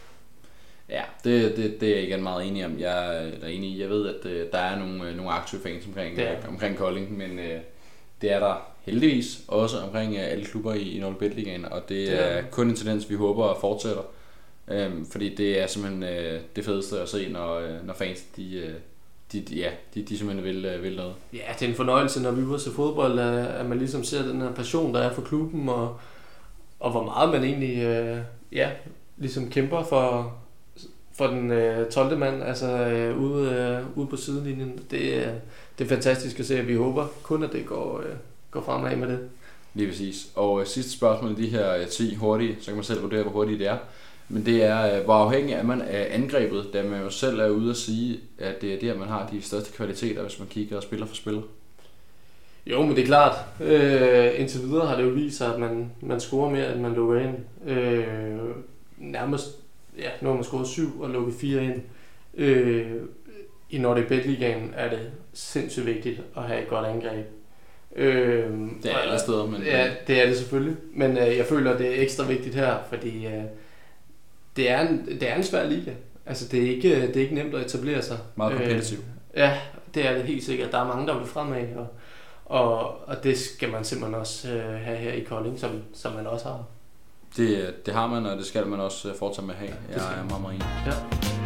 Ja, det, det, det er jeg igen meget enig om. Jeg er enig i. Jeg ved, at øh, der er nogle, øh, nogle aktive fans omkring, øh, omkring Kolding, men øh, det er der heldigvis også omkring øh, alle klubber i, i NordicBet Ligaen, og det, det er, er kun en tendens, vi håber fortsætter. Øhm, fordi det er simpelthen øh, det fedeste at se, når, øh, når fans de, øh, de, de, ja, de, de simpelthen vil, øh, vil noget. Ja, det er en fornøjelse, når vi var til fodbold, at man ligesom ser den her passion, der er for klubben, og Og hvor meget man egentlig øh, ja, ligesom kæmper for, for den øh, tolvte mand, altså øh, ude, øh, ude på sidelinjen. Det, øh, det er fantastisk at se, at vi håber kun, at det går, øh, går fremad med det. Lige præcis. Og øh, sidste spørgsmål, de her øh, ti hurtige, så kan man selv vurdere, hvor hurtigt det er. Men det er, øh, hvor afhængig er man af angrebet, da man jo selv er ude at sige, at det er der, man har de største kvaliteter, hvis man kigger spiller for spiller. Jo, men det er klart. Øh, indtil videre har det jo vist sig, at man, man scorer mere, end man lukker ind. Øh, nærmest, ja, nu har man scoret syv og lukket fire ind. Øh, I NordicBet Ligaen er det sindssygt vigtigt at have et godt angreb. Øh, det er alle steder, men... Ja, det er det selvfølgelig. Men øh, jeg føler, at det er ekstra vigtigt her, fordi øh, det, er en, det er en svær liga. Altså, det er ikke, det er ikke nemt at etablere sig. Meget kompetitiv. Øh, ja, det er det helt sikkert. Der er mange, der vil fremad, og Og, og det skal man simpelthen også øh, have her i Kolding, som, som man også har. Det, det har man, og det skal man også fortsætte med at have. Jeg er meget, meget enig. Ja.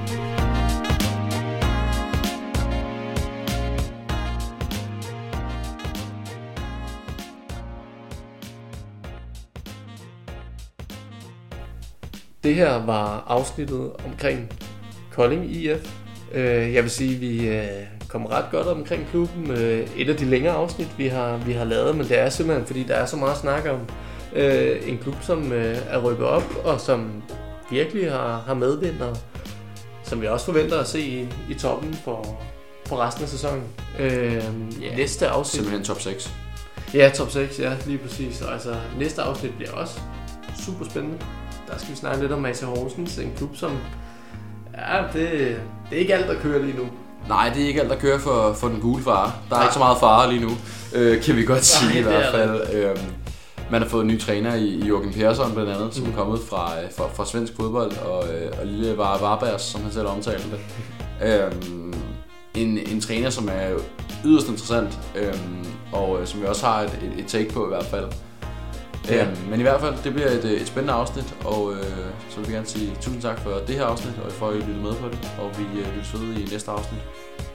Det her var afsnittet omkring Kolding I F. Jeg vil sige, at vi kommer ret godt omkring klubben. Et af de længere afsnit, vi har, vi har lavet, men det er simpelthen, fordi der er så meget at snakke om. En klub, som er rykket op, og som virkelig har, har medvind, og som vi også forventer at se i, i toppen for, for resten af sæsonen. Yeah. Næste afsnit... Simpelthen top seks. Ja, top seks, ja, lige præcis. Og altså, næste afsnit bliver også super spændende. Der skal vi snakke lidt om A C Horsens, en klub, som... Ja, det, det er ikke alt, der kører lige nu. Nej, det er ikke alt, der kører for, for den gule fare. Der er Nej. ikke så meget fare lige nu, øh, kan vi godt sige. Nej, i hvert fald. Øhm, man har fået en ny træner i, i Jørgen Persson blandt andet, som mm. er kommet fra, fra, fra svensk fodbold, og, og lille Var Varbergs, som han selv omtalte det. Øhm, en, en træner, som er yderst interessant, øhm, og som vi også har et, et, et take på i hvert fald. Ja. Øhm, men i hvert fald, det bliver et, et spændende afsnit, og øh, så vil vi gerne sige tusind tak for det her afsnit, og for at I lyttede med på det, og vi øh, lyttes ved i næste afsnit.